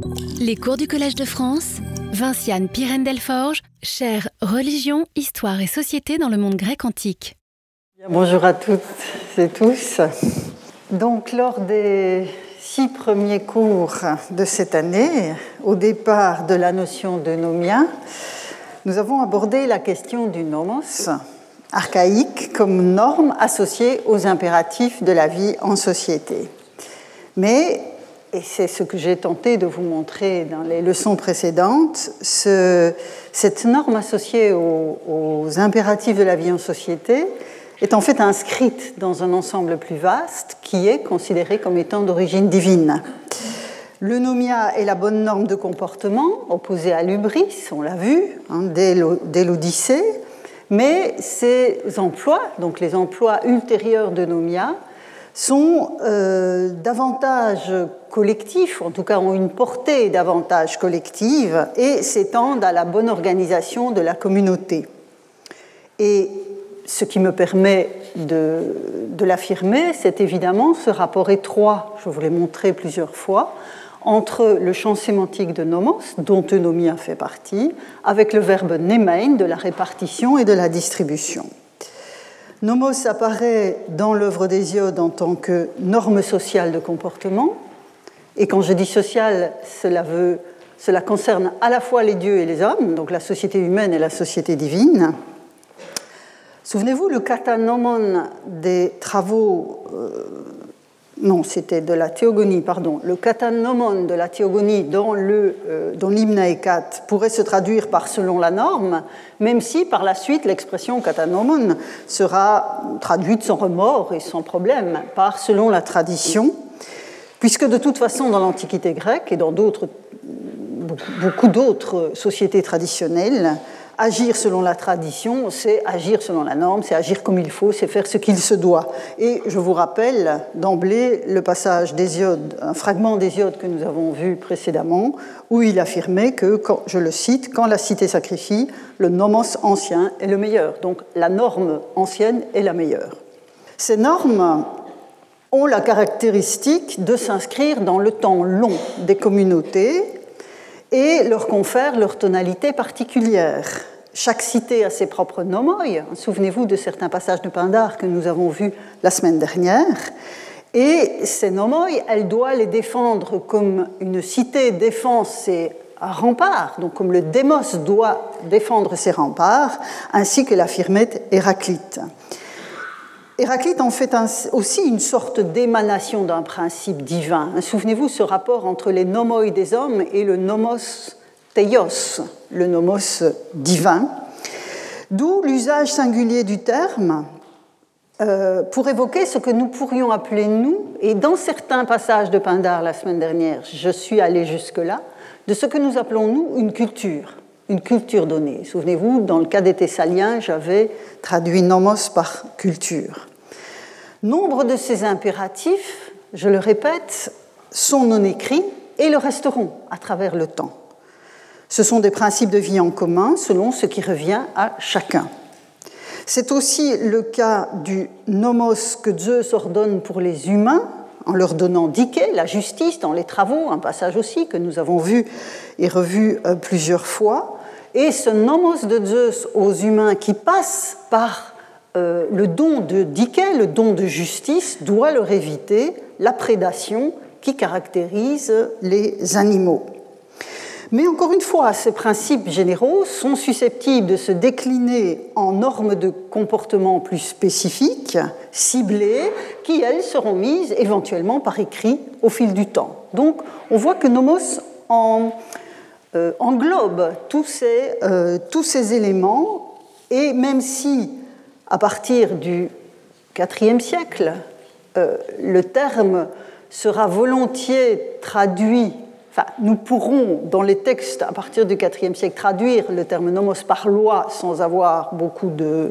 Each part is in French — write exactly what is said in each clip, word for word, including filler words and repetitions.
Les cours du Collège de France, Vinciane Pirène-Delforge, chaire Religion, Histoire et Société dans le monde grec antique. Bonjour à toutes et tous. Donc, lors des six premiers cours de cette année, au départ de la notion de nomia, nous avons abordé la question du nomos, archaïque, comme norme associée aux impératifs de la vie en société. Mais, et c'est ce que j'ai tenté de vous montrer dans les leçons précédentes, ce, cette norme associée aux, aux impératifs de la vie en société est en fait inscrite dans un ensemble plus vaste qui est considéré comme étant d'origine divine. Le nomia est la bonne norme de comportement, opposée à l'hubris, on l'a vu, hein, dès l'Odyssée, mais ces emplois, donc les emplois ultérieurs de nomia, sont euh, davantage collectifs, en tout cas ont une portée davantage collective et s'étendent à la bonne organisation de la communauté. Et ce qui me permet de, de l'affirmer, c'est évidemment ce rapport étroit, je vous l'ai montré plusieurs fois, entre le champ sémantique de nomos, dont eunomia fait partie, avec le verbe nemein, de la répartition et de la distribution. Nomos apparaît dans l'œuvre d'Hésiode en tant que norme sociale de comportement, et quand je dis sociale, cela, veut, cela concerne à la fois les dieux et les hommes, donc la société humaine et la société divine. Souvenez-vous, le katanomon des travaux, euh, non, c'était de la théogonie, pardon, le katanomon de la théogonie dans, le, euh, dans l'hymne à Hécate pourrait se traduire par selon la norme, même si par la suite l'expression katanomon sera traduite sans remords et sans problème par selon la tradition, puisque de toute façon dans l'Antiquité grecque et dans d'autres, beaucoup d'autres sociétés traditionnelles, agir selon la tradition, c'est agir selon la norme, c'est agir comme il faut, c'est faire ce qu'il se doit. Et je vous rappelle d'emblée le passage d'Hésiode, un fragment d'Hésiode que nous avons vu précédemment, où il affirmait que, quand, je le cite, « Quand la cité sacrifie, le nomos ancien est le meilleur ». Donc la norme ancienne est la meilleure. Ces normes ont la caractéristique de s'inscrire dans le temps long des communautés et leur confèrent leur tonalité particulière. Chaque cité a ses propres nomoi. Souvenez-vous de certains passages de Pindare que nous avons vus la semaine dernière. Et ces nomoi, elle doit les défendre comme une cité défend ses remparts, donc comme le démos doit défendre ses remparts, ainsi que l'affirmait Héraclite. Héraclite en fait aussi une sorte d'émanation d'un principe divin. Souvenez-vous ce rapport entre les nomoi des hommes et le nomos teios, le nomos divin, d'où l'usage singulier du terme euh, pour évoquer ce que nous pourrions appeler nous, et dans certains passages de Pindare la semaine dernière, je suis allée jusque-là, de ce que nous appelons nous une culture. Une culture donnée. Souvenez-vous, dans le cas des Thessaliens, j'avais traduit nomos par culture. Nombre de ces impératifs, je le répète, sont non écrits et le resteront à travers le temps. Ce sont des principes de vie en commun selon ce qui revient à chacun. C'est aussi le cas du nomos que Zeus ordonne pour les humains, en leur donnant dike, la justice dans les travaux, un passage aussi que nous avons vu et revu plusieurs fois. Et ce nomos de Zeus aux humains qui passe par euh, le don de dike, le don de justice, doit leur éviter la prédation qui caractérise les animaux. Mais encore une fois, ces principes généraux sont susceptibles de se décliner en normes de comportement plus spécifiques, ciblées, qui, elles, seront mises éventuellement par écrit au fil du temps. Donc, on voit que nomos en, euh, englobe tous ces, euh, tous ces éléments, et même si, à partir du quatrième siècle, euh, le terme sera volontiers traduit. Enfin, nous pourrons, dans les textes, à partir du quatrième siècle, traduire le terme nomos par loi sans avoir beaucoup de,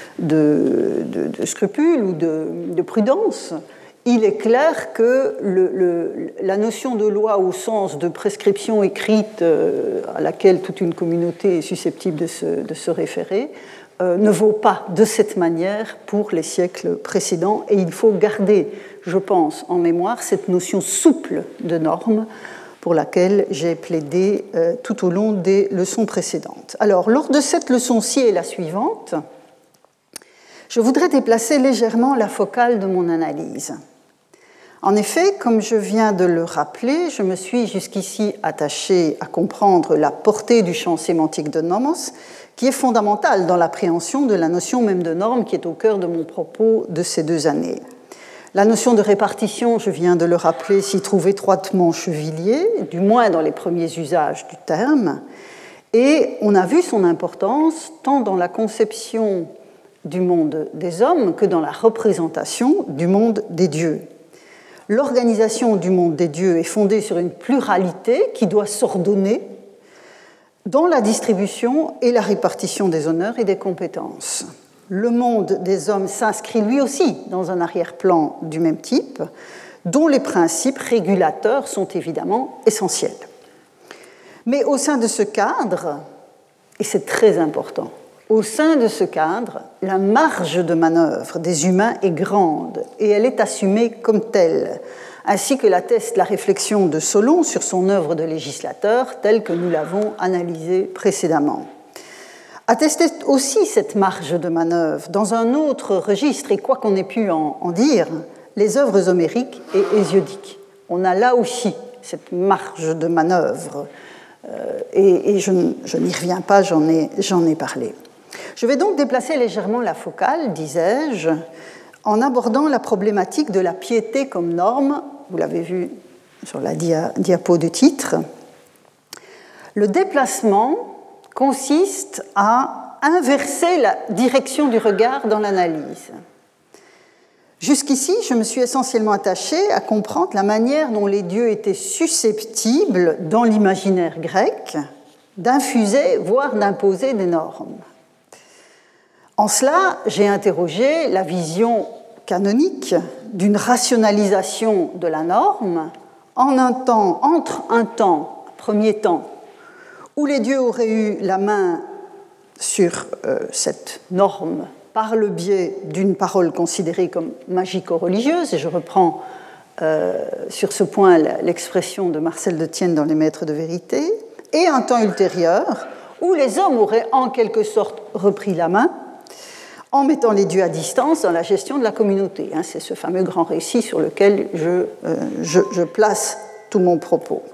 de, de, de scrupules ou de, de prudence. Il est clair que le, le, la notion de loi au sens de prescription écrite euh, à laquelle toute une communauté est susceptible de se, de se référer euh, ne vaut pas de cette manière pour les siècles précédents. Et il faut garder, je pense, en mémoire cette notion souple de norme pour laquelle j'ai plaidé euh, tout au long des leçons précédentes. Alors, lors de cette leçon-ci et la suivante, je voudrais déplacer légèrement la focale de mon analyse. En effet, comme je viens de le rappeler, je me suis jusqu'ici attachée à comprendre la portée du champ sémantique de nomos, qui est fondamental dans l'appréhension de la notion même de norme qui est au cœur de mon propos de ces deux années. La notion de répartition, je viens de le rappeler, s'y trouve étroitement chevillée, du moins dans les premiers usages du terme, et on a vu son importance tant dans la conception du monde des hommes que dans la représentation du monde des dieux. L'organisation du monde des dieux est fondée sur une pluralité qui doit s'ordonner dans la distribution et la répartition des honneurs et des compétences. Le monde des hommes s'inscrit lui aussi dans un arrière-plan du même type, dont les principes régulateurs sont évidemment essentiels. Mais au sein de ce cadre, et c'est très important, au sein de ce cadre, la marge de manœuvre des humains est grande et elle est assumée comme telle, ainsi que l'atteste la réflexion de Solon sur son œuvre de législateur, telle que nous l'avons analysée précédemment. Attestait aussi cette marge de manœuvre dans un autre registre, et quoi qu'on ait pu en, en dire, les œuvres homériques et hésiodiques. On a là aussi cette marge de manœuvre, euh, et, et je, je n'y reviens pas, j'en ai, j'en ai parlé. Je vais donc déplacer légèrement la focale, disais-je, en abordant la problématique de la piété comme norme, vous l'avez vu sur la dia, diapo du titre. Le déplacement consiste à inverser la direction du regard dans l'analyse. Jusqu'ici, je me suis essentiellement attachée à comprendre la manière dont les dieux étaient susceptibles, dans l'imaginaire grec, d'infuser, voire d'imposer des normes. En cela, j'ai interrogé la vision canonique d'une rationalisation de la norme en un temps, entre un temps, premier temps, où les dieux auraient eu la main sur euh, cette norme par le biais d'une parole considérée comme magico-religieuse, et je reprends euh, sur ce point l'expression de Marcel de Tienne dans Les Maîtres de vérité, et un temps ultérieur où les hommes auraient en quelque sorte repris la main en mettant les dieux à distance dans la gestion de la communauté. C'est ce fameux grand récit sur lequel je, euh, je, je place tout mon propos.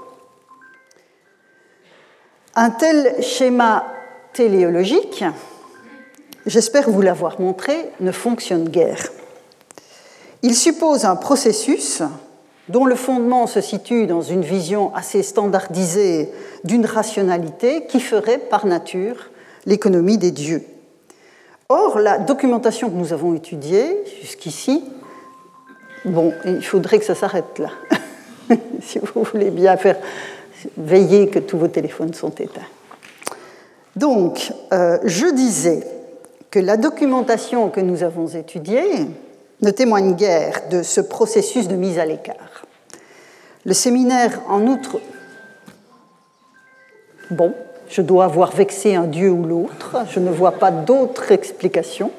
Un tel schéma téléologique, j'espère vous l'avoir montré, ne fonctionne guère. Il suppose un processus dont le fondement se situe dans une vision assez standardisée d'une rationalité qui ferait par nature l'économie des dieux. Or, la documentation que nous avons étudiée jusqu'ici, bon, il faudrait que ça s'arrête là, si vous voulez bien faire veiller que tous vos téléphones sont éteints. Donc, euh, je disais que la documentation que nous avons étudiée ne témoigne guère de ce processus de mise à l'écart. Le séminaire, en outre, bon, je dois avoir vexé un dieu ou l'autre, je ne vois pas d'autre explication.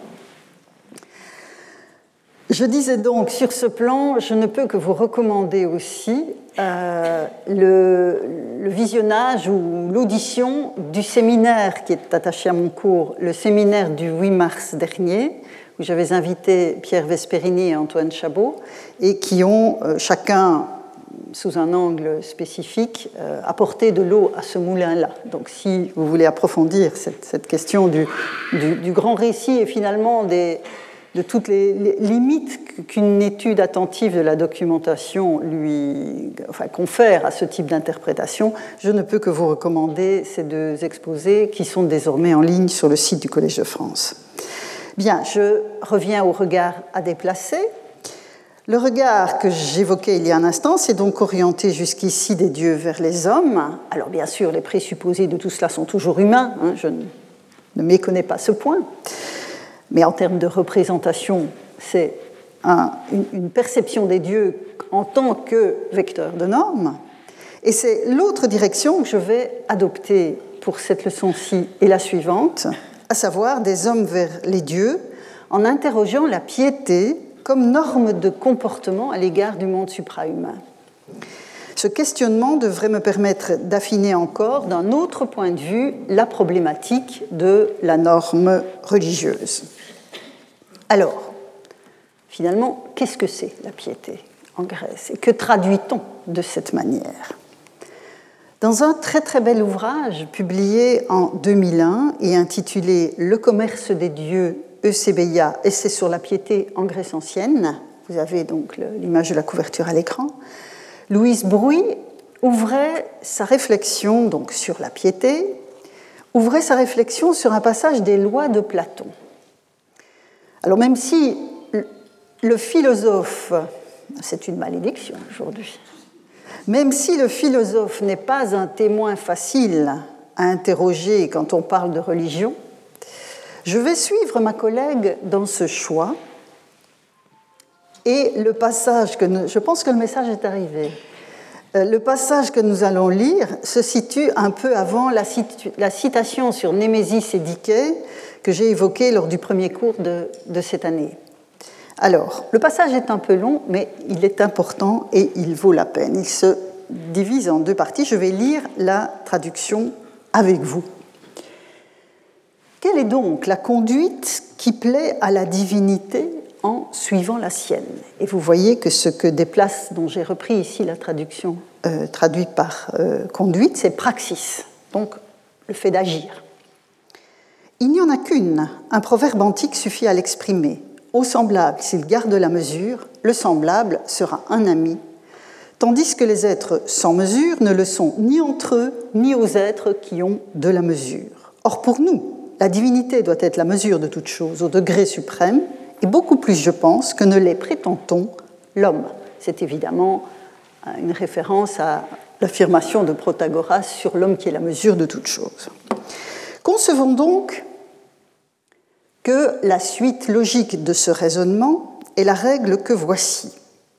Je disais donc, sur ce plan, je ne peux que vous recommander aussi euh, le, le visionnage ou l'audition du séminaire qui est attaché à mon cours, le séminaire du huit mars dernier, où j'avais invité Pierre Vesperini et Antoine Chabot, et qui ont euh, chacun, sous un angle spécifique, euh, apporté de l'eau à ce moulin-là. Donc si vous voulez approfondir cette, cette question du, du, du grand récit et finalement des, de toutes les, les limites qu'une étude attentive de la documentation lui enfin, confère à ce type d'interprétation, je ne peux que vous recommander ces deux exposés qui sont désormais en ligne sur le site du Collège de France. Bien, je reviens au regard à déplacer. Le regard que j'évoquais il y a un instant s'est donc orienté jusqu'ici des dieux vers les hommes. Alors bien sûr, les présupposés de tout cela sont toujours humains, hein, je ne, ne méconnais pas ce point, mais en termes de représentation, c'est un, une, une perception des dieux en tant que vecteur de normes, et c'est l'autre direction que je vais adopter pour cette leçon-ci et la suivante, à savoir des hommes vers les dieux, en interrogeant la piété comme norme de comportement à l'égard du monde suprahumain. Ce questionnement devrait me permettre d'affiner encore, d'un autre point de vue, la problématique de la norme religieuse. Alors, finalement, qu'est-ce que c'est la piété en Grèce et que traduit-on de cette manière ? Dans un très très bel ouvrage publié en deux mille un et intitulé « Le commerce des dieux, Eusébéia, essai sur la piété en Grèce ancienne », vous avez donc l'image de la couverture à l'écran, Louise Brouy ouvrait sa réflexion donc sur la piété, ouvrait sa réflexion sur un passage des Lois de Platon. Alors même si le philosophe, c'est une malédiction aujourd'hui, même si le philosophe n'est pas un témoin facile à interroger quand on parle de religion, je vais suivre ma collègue dans ce choix. Et le passage que nous, je pense que le message est arrivé. Le passage que nous allons lire se situe un peu avant la, cit- la citation sur Némésis et Diké que j'ai évoquée lors du premier cours de, de cette année. Alors, le passage est un peu long, mais il est important et il vaut la peine. Il se divise en deux parties. Je vais lire la traduction avec vous. Quelle est donc la conduite qui plaît à la divinité en suivant la sienne? Et vous voyez que ce que déplace, dont j'ai repris ici la traduction euh, traduite par euh, conduite, c'est praxis, donc le fait d'agir. Il n'y en a qu'une, un proverbe antique suffit à l'exprimer. Au semblable, s'il garde la mesure, le semblable sera un ami, tandis que les êtres sans mesure ne le sont ni entre eux, ni aux êtres qui ont de la mesure. Or pour nous, la divinité doit être la mesure de toute chose, au degré suprême, et beaucoup plus, je pense, que ne l'est, prétend-on, l'homme. C'est évidemment une référence à l'affirmation de Protagoras sur l'homme qui est la mesure de toute chose. Concevons donc que la suite logique de ce raisonnement est la règle que voici.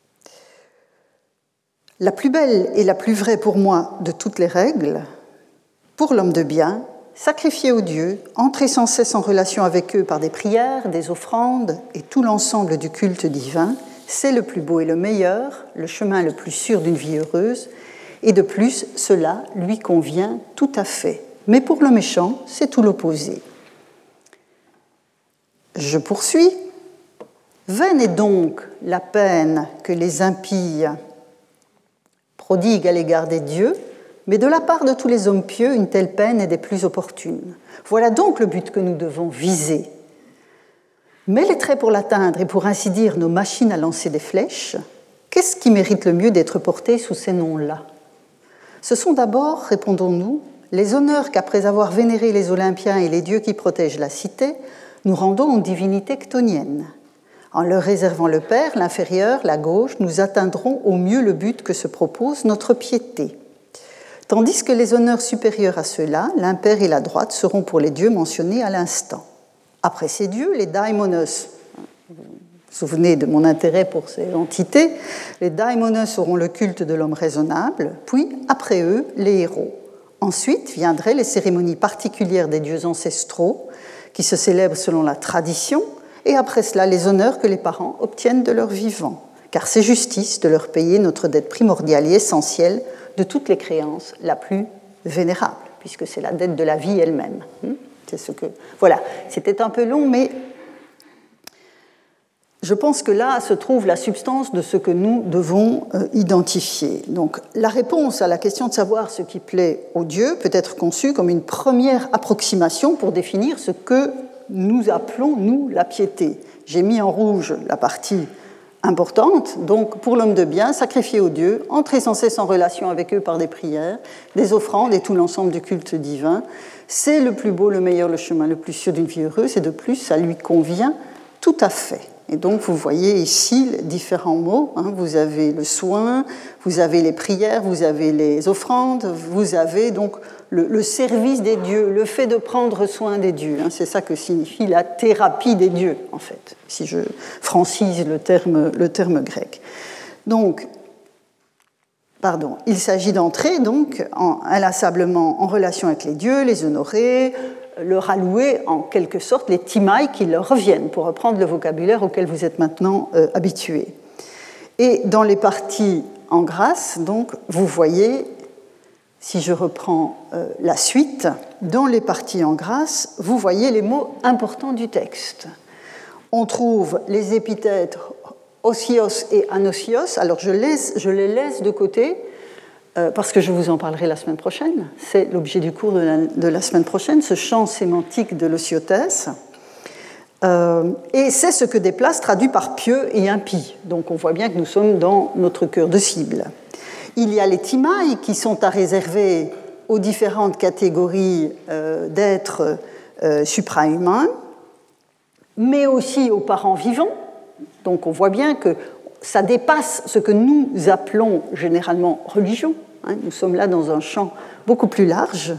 La plus belle et la plus vraie pour moi de toutes les règles, pour l'homme de bien, sacrifier aux dieux, entrer sans cesse en relation avec eux par des prières, des offrandes et tout l'ensemble du culte divin, c'est le plus beau et le meilleur, le chemin le plus sûr d'une vie heureuse, et de plus, cela lui convient tout à fait. Mais pour le méchant, c'est tout l'opposé. Je poursuis. Vaine est donc la peine que les impies prodiguent à l'égard des dieux, mais de la part de tous les hommes pieux, une telle peine est des plus opportunes. Voilà donc le but que nous devons viser. Mais les traits pour l'atteindre et pour ainsi dire nos machines à lancer des flèches, qu'est-ce qui mérite le mieux d'être porté sous ces noms-là ? Ce sont d'abord, répondons-nous, les honneurs qu'après avoir vénéré les Olympiens et les dieux qui protègent la cité, nous rendons aux divinités chtoniennes. En leur réservant le Père, l'inférieur, la gauche, nous atteindrons au mieux le but que se propose notre piété. Tandis que les honneurs supérieurs à ceux-là, l'impair et la droite, seront pour les dieux mentionnés à l'instant. Après ces dieux, les daimonos, vous vous souvenez de mon intérêt pour ces entités, les daimonos auront le culte de l'homme raisonnable, puis après eux, les héros. Ensuite viendraient les cérémonies particulières des dieux ancestraux, qui se célèbrent selon la tradition, et après cela, les honneurs que les parents obtiennent de leurs vivants, car c'est justice de leur payer notre dette primordiale et essentielle de toutes les créances la plus vénérable, puisque c'est la dette de la vie elle-même. C'est ce que... Voilà, c'était un peu long, mais je pense que là se trouve la substance de ce que nous devons euh, identifier. Donc, la réponse à la question de savoir ce qui plaît aux dieux peut être conçue comme une première approximation pour définir ce que nous appelons, nous, la piété. J'ai mis en rouge la partie importante, donc pour l'homme de bien, sacrifier aux dieux, entrer sans cesse en relation avec eux par des prières, des offrandes et tout l'ensemble du culte divin, c'est le plus beau, le meilleur, le chemin le plus sûr d'une vie heureuse, et de plus, ça lui convient tout à fait. Et donc, vous voyez ici différents mots. Hein. Vous avez le soin, vous avez les prières, vous avez les offrandes, vous avez donc le, le service des dieux, le fait de prendre soin des dieux. Hein. C'est ça que signifie la thérapie des dieux, en fait, si je francise le terme, le terme grec. Donc, pardon, il s'agit d'entrer donc en, inlassablement en relation avec les dieux, les honorer, leur allouer en quelque sorte les timailles qui leur reviennent, pour reprendre le vocabulaire auquel vous êtes maintenant euh, habitués. Et dans les parties en grâce, donc vous voyez, si je reprends euh, la suite, dans les parties en grâce, vous voyez les mots importants du texte. On trouve les épithètes osios et anosios. Alors je, laisse, je les laisse de côté euh, parce que je vous en parlerai la semaine prochaine. C'est l'objet du cours de la, de la semaine prochaine, ce champ sémantique de l'osiotès. Euh, et c'est ce que Desplaces traduit par pieux et impie. Donc on voit bien que nous sommes dans notre cœur de cible. Il y a les timailles qui sont à réserver aux différentes catégories euh, d'êtres euh, suprahumains, mais aussi aux parents vivants. Donc on voit bien que ça dépasse ce que nous appelons généralement religion. Hein, nous sommes là dans un champ beaucoup plus large.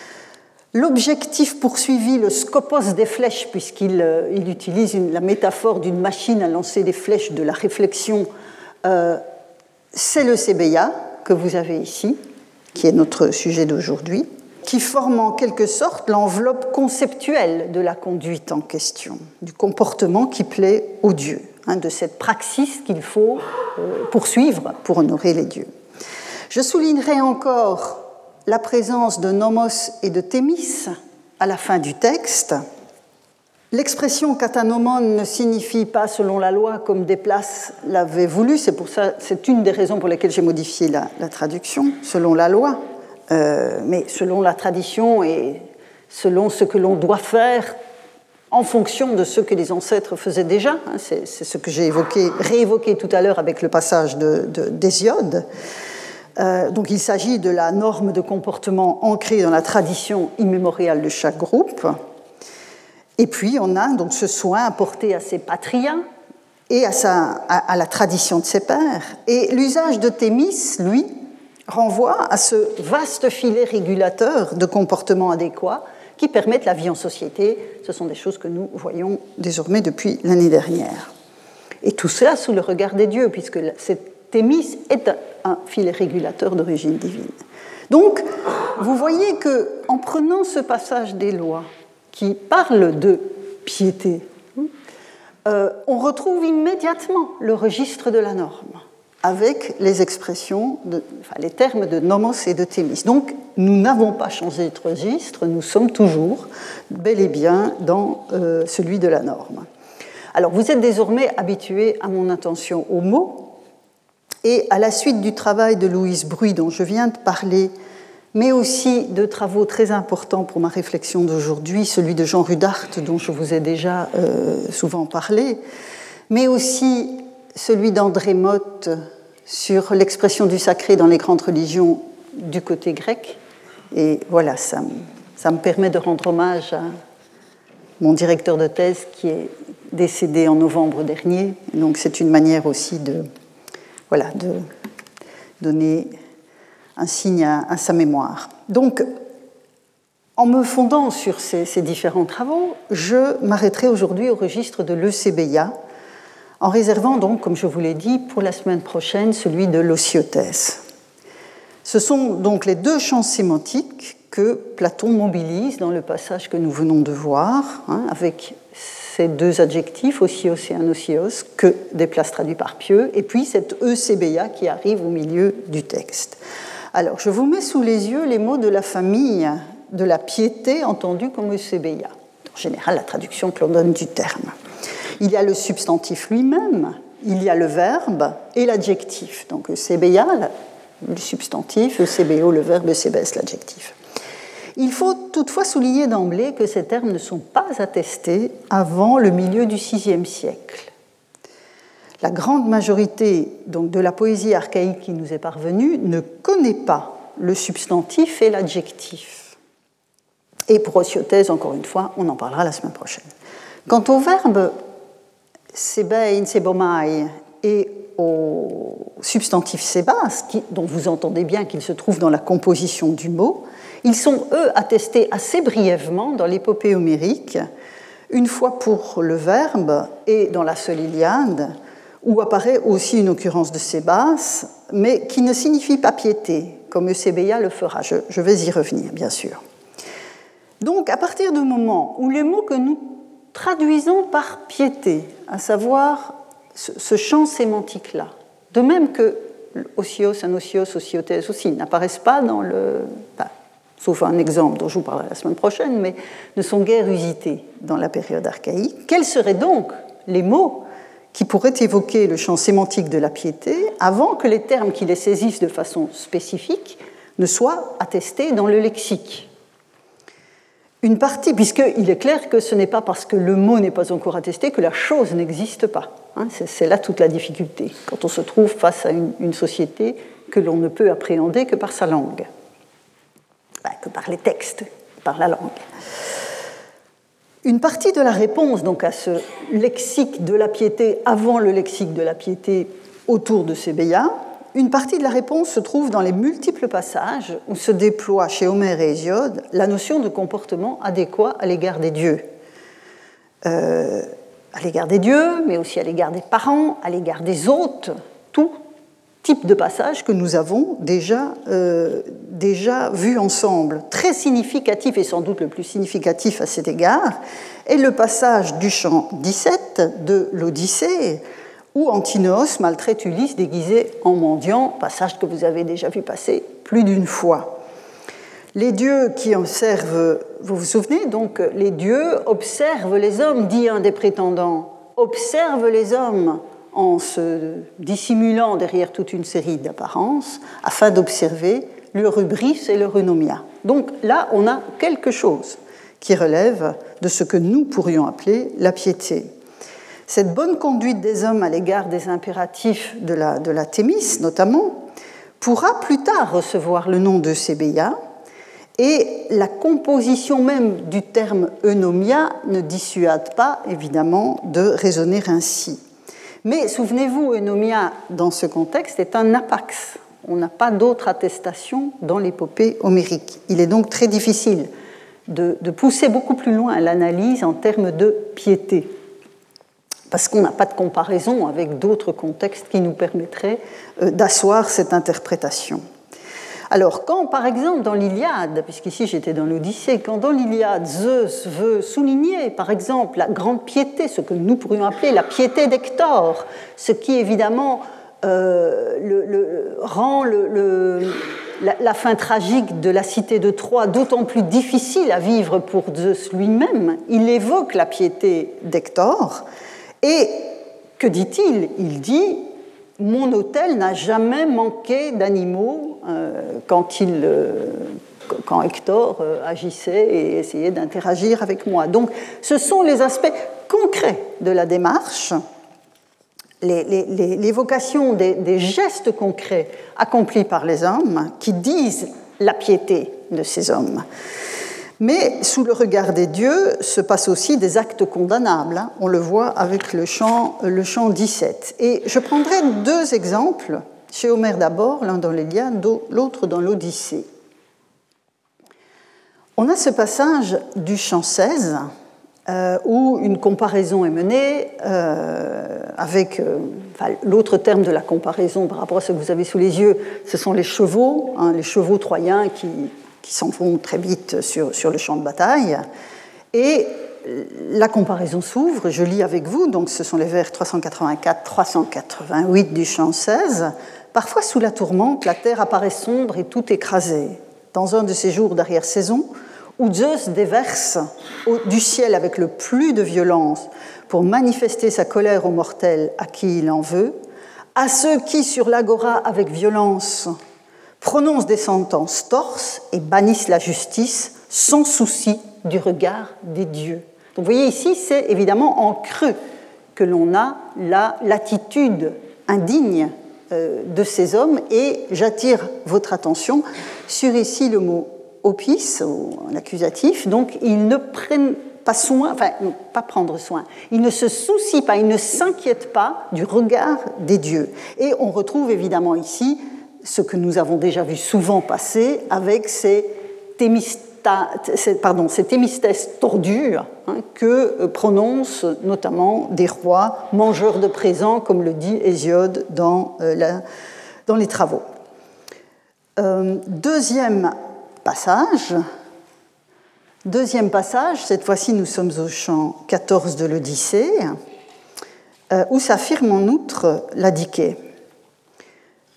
L'objectif poursuivi, le scopos des flèches, puisqu'il euh, il utilise une, la métaphore d'une machine à lancer des flèches de la réflexion, euh, c'est le sebeia que vous avez ici, qui est notre sujet d'aujourd'hui, qui forme en quelque sorte l'enveloppe conceptuelle de la conduite en question, du comportement qui plaît aux dieux, hein, de cette praxis qu'il faut euh, poursuivre pour honorer les dieux. Je soulignerai encore la présence de nomos et de thémis à la fin du texte. L'expression katanomon ne signifie pas selon la loi comme Desplaces l'avait voulu, c'est pour ça, c'est une des raisons pour lesquelles j'ai modifié la, la traduction, selon la loi, euh, mais selon la tradition et selon ce que l'on doit faire en fonction de ce que les ancêtres faisaient déjà. Hein, c'est, c'est ce que j'ai évoqué, réévoqué tout à l'heure avec le passage de, de, d'Hésiode. Euh, donc il s'agit de la norme de comportement ancrée dans la tradition immémoriale de chaque groupe. Et puis, on a donc ce soin apporté à ses patrias et à, sa, à, à la tradition de ses pères. Et l'usage de thémis, lui, renvoie à ce vaste filet régulateur de comportements adéquats qui permettent la vie en société. Ce sont des choses que nous voyons désormais depuis l'année dernière. Et tout cela sous le regard des dieux, puisque cette thémis est un, un filet régulateur d'origine divine. Donc, vous voyez qu'en prenant ce passage des lois, qui parle de piété, euh, on retrouve immédiatement le registre de la norme, avec les expressions, de, enfin, les termes de nomos et de thémis. Donc, nous n'avons pas changé de registre, nous sommes toujours bel et bien dans euh, celui de la norme. Alors, vous êtes désormais habitués à mon attention aux mots, et à la suite du travail de Louise Bruy, dont je viens de parler, mais aussi de travaux très importants pour ma réflexion d'aujourd'hui, celui de Jean Rudart, dont je vous ai déjà euh, souvent parlé, mais aussi celui d'André Motte sur l'expression du sacré dans les grandes religions du côté grec. Et voilà, ça, ça me permet de rendre hommage à mon directeur de thèse qui est décédé en novembre dernier. Donc c'est une manière aussi de, voilà, de donner un signe à, à sa mémoire. Donc, en me fondant sur ces, ces différents travaux, je m'arrêterai aujourd'hui au registre de l'Eusebeia, en réservant donc, comme je vous l'ai dit, pour la semaine prochaine, celui de l'Osiotès. Ce sont donc les deux champs sémantiques que Platon mobilise dans le passage que nous venons de voir, hein, avec ces deux adjectifs, osios et anosios, que Desplaces traduit par pieux, et puis cette Eusebeia qui arrive au milieu du texte. Alors, je vous mets sous les yeux les mots de la famille de la piété entendus comme Eusebeia. En général, la traduction que l'on donne du terme. Il y a le substantif lui-même, il y a le verbe et l'adjectif. Donc, Eusebeia, le substantif, Eusebeo, le verbe, Eusebès, l'adjectif. Il faut toutefois souligner d'emblée que ces termes ne sont pas attestés avant le milieu du sixième siècle. La grande majorité donc, de la poésie archaïque qui nous est parvenue ne connaît pas le substantif et l'adjectif. Et pour Osiothèse, encore une fois, on en parlera la semaine prochaine. Quant au verbe sebein, sebomai et au substantif sebas, qui, dont vous entendez bien qu'il se trouve dans la composition du mot, ils sont, eux, attestés assez brièvement dans l'épopée homérique, une fois pour le verbe et dans la seule Iliade, où apparaît aussi une occurrence de sebas, mais qui ne signifie pas piété, comme Eusebeia le fera. Je, je vais y revenir, bien sûr. Donc, à partir du moment où les mots que nous traduisons par piété, à savoir ce, ce champ sémantique-là, de même que osios, anosios, osiotes aussi, n'apparaissent pas dans le... Enfin, sauf un exemple dont je vous parlerai la semaine prochaine, mais ne sont guère usités dans la période archaïque. Quels seraient donc les mots qui pourraient évoquer le champ sémantique de la piété avant que les termes qui les saisissent de façon spécifique ne soient attestés dans le lexique? Une partie, puisqu'il est clair que ce n'est pas parce que le mot n'est pas encore attesté que la chose n'existe pas. Hein, c'est, c'est là toute la difficulté, quand on se trouve face à une, une société que l'on ne peut appréhender que par sa langue, enfin, que par les textes, par la langue. Une partie de la réponse donc, à ce lexique de la piété avant le lexique de la piété autour de Sébéia, une partie de la réponse se trouve dans les multiples passages où se déploie chez Homère et Hésiode la notion de comportement adéquat à l'égard des dieux. Euh, à l'égard des dieux, mais aussi à l'égard des parents, à l'égard des hôtes, tout type de passage que nous avons déjà, euh, déjà vu ensemble. Très significatif, et sans doute le plus significatif à cet égard, est le passage du chant dix-sept de l'Odyssée, où Antinoos maltraite Ulysse déguisé en mendiant, passage que vous avez déjà vu passer plus d'une fois. Les dieux qui observent, vous vous souvenez, donc les dieux observent les hommes, dit un des prétendants, observent les hommes en se dissimulant derrière toute une série d'apparences afin d'observer leur hubris et leur eunomia. Donc là, on a quelque chose qui relève de ce que nous pourrions appeler la piété. Cette bonne conduite des hommes à l'égard des impératifs de la, de la Thémis, notamment, pourra plus tard recevoir le nom de Sébéia, et la composition même du terme eunomia ne dissuade pas, évidemment, de raisonner ainsi. Mais souvenez-vous, eunomia, dans ce contexte, est un apax. On n'a pas d'autre attestation dans l'épopée homérique. Il est donc très difficile de, de pousser beaucoup plus loin l'analyse en termes de piété, parce qu'on n'a pas de comparaison avec d'autres contextes qui nous permettraient d'asseoir cette interprétation. Alors, quand, par exemple, dans l'Iliade, puisqu'ici j'étais dans l'Odyssée, quand dans l'Iliade, Zeus veut souligner, par exemple, la grande piété, ce que nous pourrions appeler la piété d'Hector, ce qui, évidemment, euh, le, le, rend le, le, la, la fin tragique de la cité de Troie d'autant plus difficile à vivre pour Zeus lui-même, il évoque la piété d'Hector, et que dit-il ? Il dit « Mon autel n'a jamais manqué d'animaux euh, quand, il, euh, quand Hector euh, agissait et essayait d'interagir avec moi. » Donc, ce sont les aspects concrets de la démarche, les, les, les, l'évocation des, des gestes concrets accomplis par les hommes qui disent la piété de ces hommes. Mais sous le regard des dieux se passent aussi des actes condamnables. Hein. On le voit avec le chant, le chant dix-sept. Et je prendrai deux exemples, chez Homère d'abord, l'un dans l'Iliade, l'autre dans l'Odyssée. On a ce passage du chant seize, euh, où une comparaison est menée euh, avec... Euh, enfin, l'autre terme de la comparaison par rapport à ce que vous avez sous les yeux, ce sont les chevaux, hein, les chevaux troyens qui... qui s'en vont très vite sur, sur le champ de bataille. Et la comparaison s'ouvre, je lis avec vous, donc ce sont les vers trois cent quatre-vingt-quatre à trois cent quatre-vingt-huit du chant seize. Parfois, sous la tourmente, la terre apparaît sombre et tout écrasé. Dans un de ces jours d'arrière-saison, où Zeus déverse du ciel avec le plus de violence pour manifester sa colère aux mortels à qui il en veut, à ceux qui, sur l'agora, avec violence, prononcent des sentences torses et bannissent la justice sans souci du regard des dieux. Donc vous voyez ici, c'est évidemment en creux que l'on a la, l'attitude indigne euh, de ces hommes, et j'attire votre attention sur ici le mot opis, l'accusatif. Donc ils ne prennent pas soin, enfin pas prendre soin, ils ne se soucient pas, ils ne s'inquiètent pas du regard des dieux. Et on retrouve évidemment ici ce que nous avons déjà vu souvent passer avec ces thémista, ces, pardon, ces thémistès tordus hein, que prononcent notamment des rois mangeurs de présents, comme le dit Hésiode dans, euh, la, dans les Travaux. Euh, deuxième passage, deuxième passage, cette fois-ci nous sommes au chant quatorze de l'Odyssée, euh, où s'affirme en outre la Diké.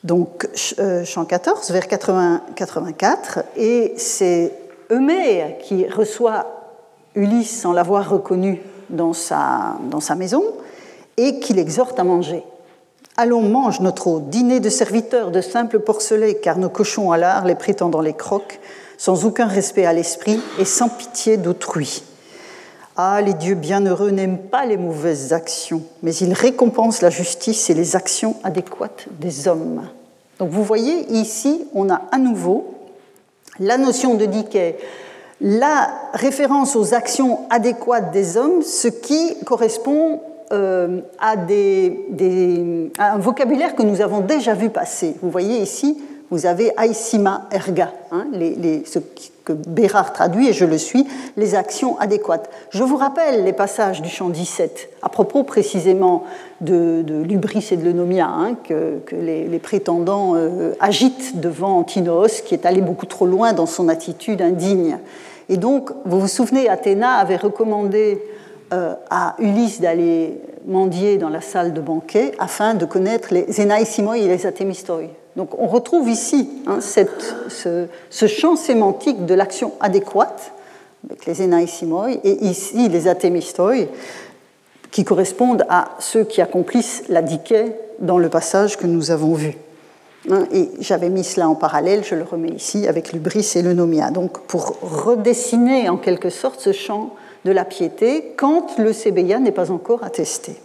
donc euh, chant quatorze, vers quatre-vingts quatre-vingt-quatre, et c'est Eumée qui reçoit Ulysse sans l'avoir reconnu dans sa, dans sa maison et qui l'exhorte à manger. Allons, mange notre hôte, dîner de serviteurs, de simples porcelets, car nos cochons à l'art, les prétendants les croquent, sans aucun respect à l'esprit et sans pitié d'autrui. Ah, les dieux bienheureux n'aiment pas les mauvaises actions, mais ils récompensent la justice et les actions adéquates des hommes. Donc vous voyez, ici, on a à nouveau la notion de Diké, la référence aux actions adéquates des hommes, ce qui correspond euh, à, des, des, à un vocabulaire que nous avons déjà vu passer. Vous voyez ici, vous avez aïsima erga, hein, les, les, ce que Bérard traduit, et je le suis, les actions adéquates. Je vous rappelle les passages du chant dix-sept, à propos précisément de, de l'Ubris et de l'Eunomia, hein, que, que les, les prétendants euh, agitent devant Antinoos, qui est allé beaucoup trop loin dans son attitude indigne. Et donc, vous vous souvenez, Athéna avait recommandé euh, à Ulysse d'aller mendier dans la salle de banquet afin de connaître les Zenaïsimoi et les Athémistoi. Donc on retrouve ici hein, cette, ce, ce champ sémantique de l'action adéquate avec les Zenaïsimoi et ici les Athémistoi qui correspondent à ceux qui accomplissent la Diké dans le passage que nous avons vu. Et j'avais mis cela en parallèle, je le remets ici avec l'Ubris et l'Eunomia. Donc pour redessiner en quelque sorte ce champ de la piété quand le Sébéia n'est pas encore attesté.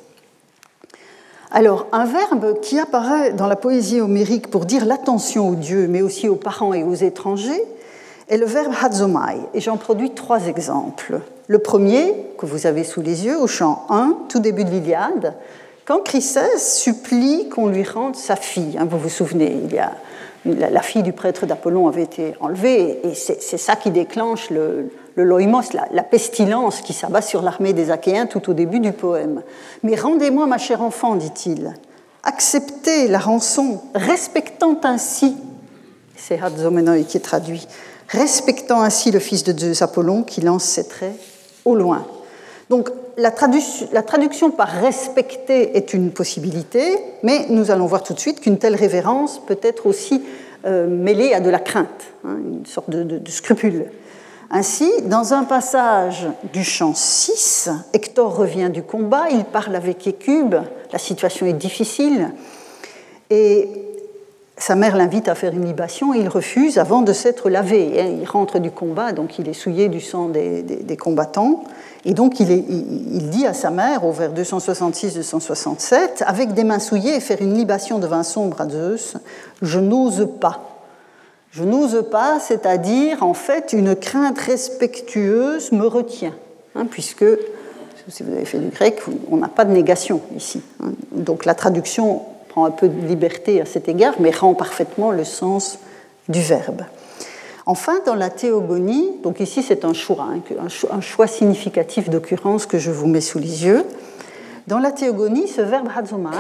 Alors, un verbe qui apparaît dans la poésie homérique pour dire l'attention aux dieux, mais aussi aux parents et aux étrangers, est le verbe hadzomai. Et j'en produis trois exemples. Le premier, que vous avez sous les yeux, au chant un, tout début de l'Iliade, quand Chryses supplie qu'on lui rende sa fille. Vous vous souvenez, il y a, la fille du prêtre d'Apollon avait été enlevée, et c'est, c'est ça qui déclenche le... le loïmos, la, la pestilence qui s'abat sur l'armée des Achéens tout au début du poème. « Mais rendez-moi ma chère enfant, dit-il, acceptez la rançon, respectant ainsi, c'est Hadzomenoi qui est traduit, respectant ainsi le fils de Zeus Apollon qui lance ses traits au loin. » Donc la, tradu- la traduction par respecter est une possibilité, mais nous allons voir tout de suite qu'une telle révérence peut être aussi euh, mêlée à de la crainte, hein, une sorte de, de, de scrupule. Ainsi, dans un passage du chant six, Hector revient du combat, il parle avec Hécube, la situation est difficile, et sa mère l'invite à faire une libation, et il refuse avant de s'être lavé. Il rentre du combat, donc il est souillé du sang des, des, des combattants, et donc il, est, il, il dit à sa mère, au vers deux cent soixante-six deux cent soixante-sept, « Avec des mains souillées et faire une libation de vin sombre à Zeus, je n'ose pas. » Je n'ose pas, c'est-à-dire, en fait, une crainte respectueuse me retient, hein, puisque, si vous avez fait du grec, on n'a pas de négation ici. Hein. Donc la traduction prend un peu de liberté à cet égard, mais rend parfaitement le sens du verbe. Enfin, dans la théogonie, donc ici c'est un choix, hein, un, choix un choix significatif d'occurrence que je vous mets sous les yeux. Dans la théogonie, ce verbe hadzomai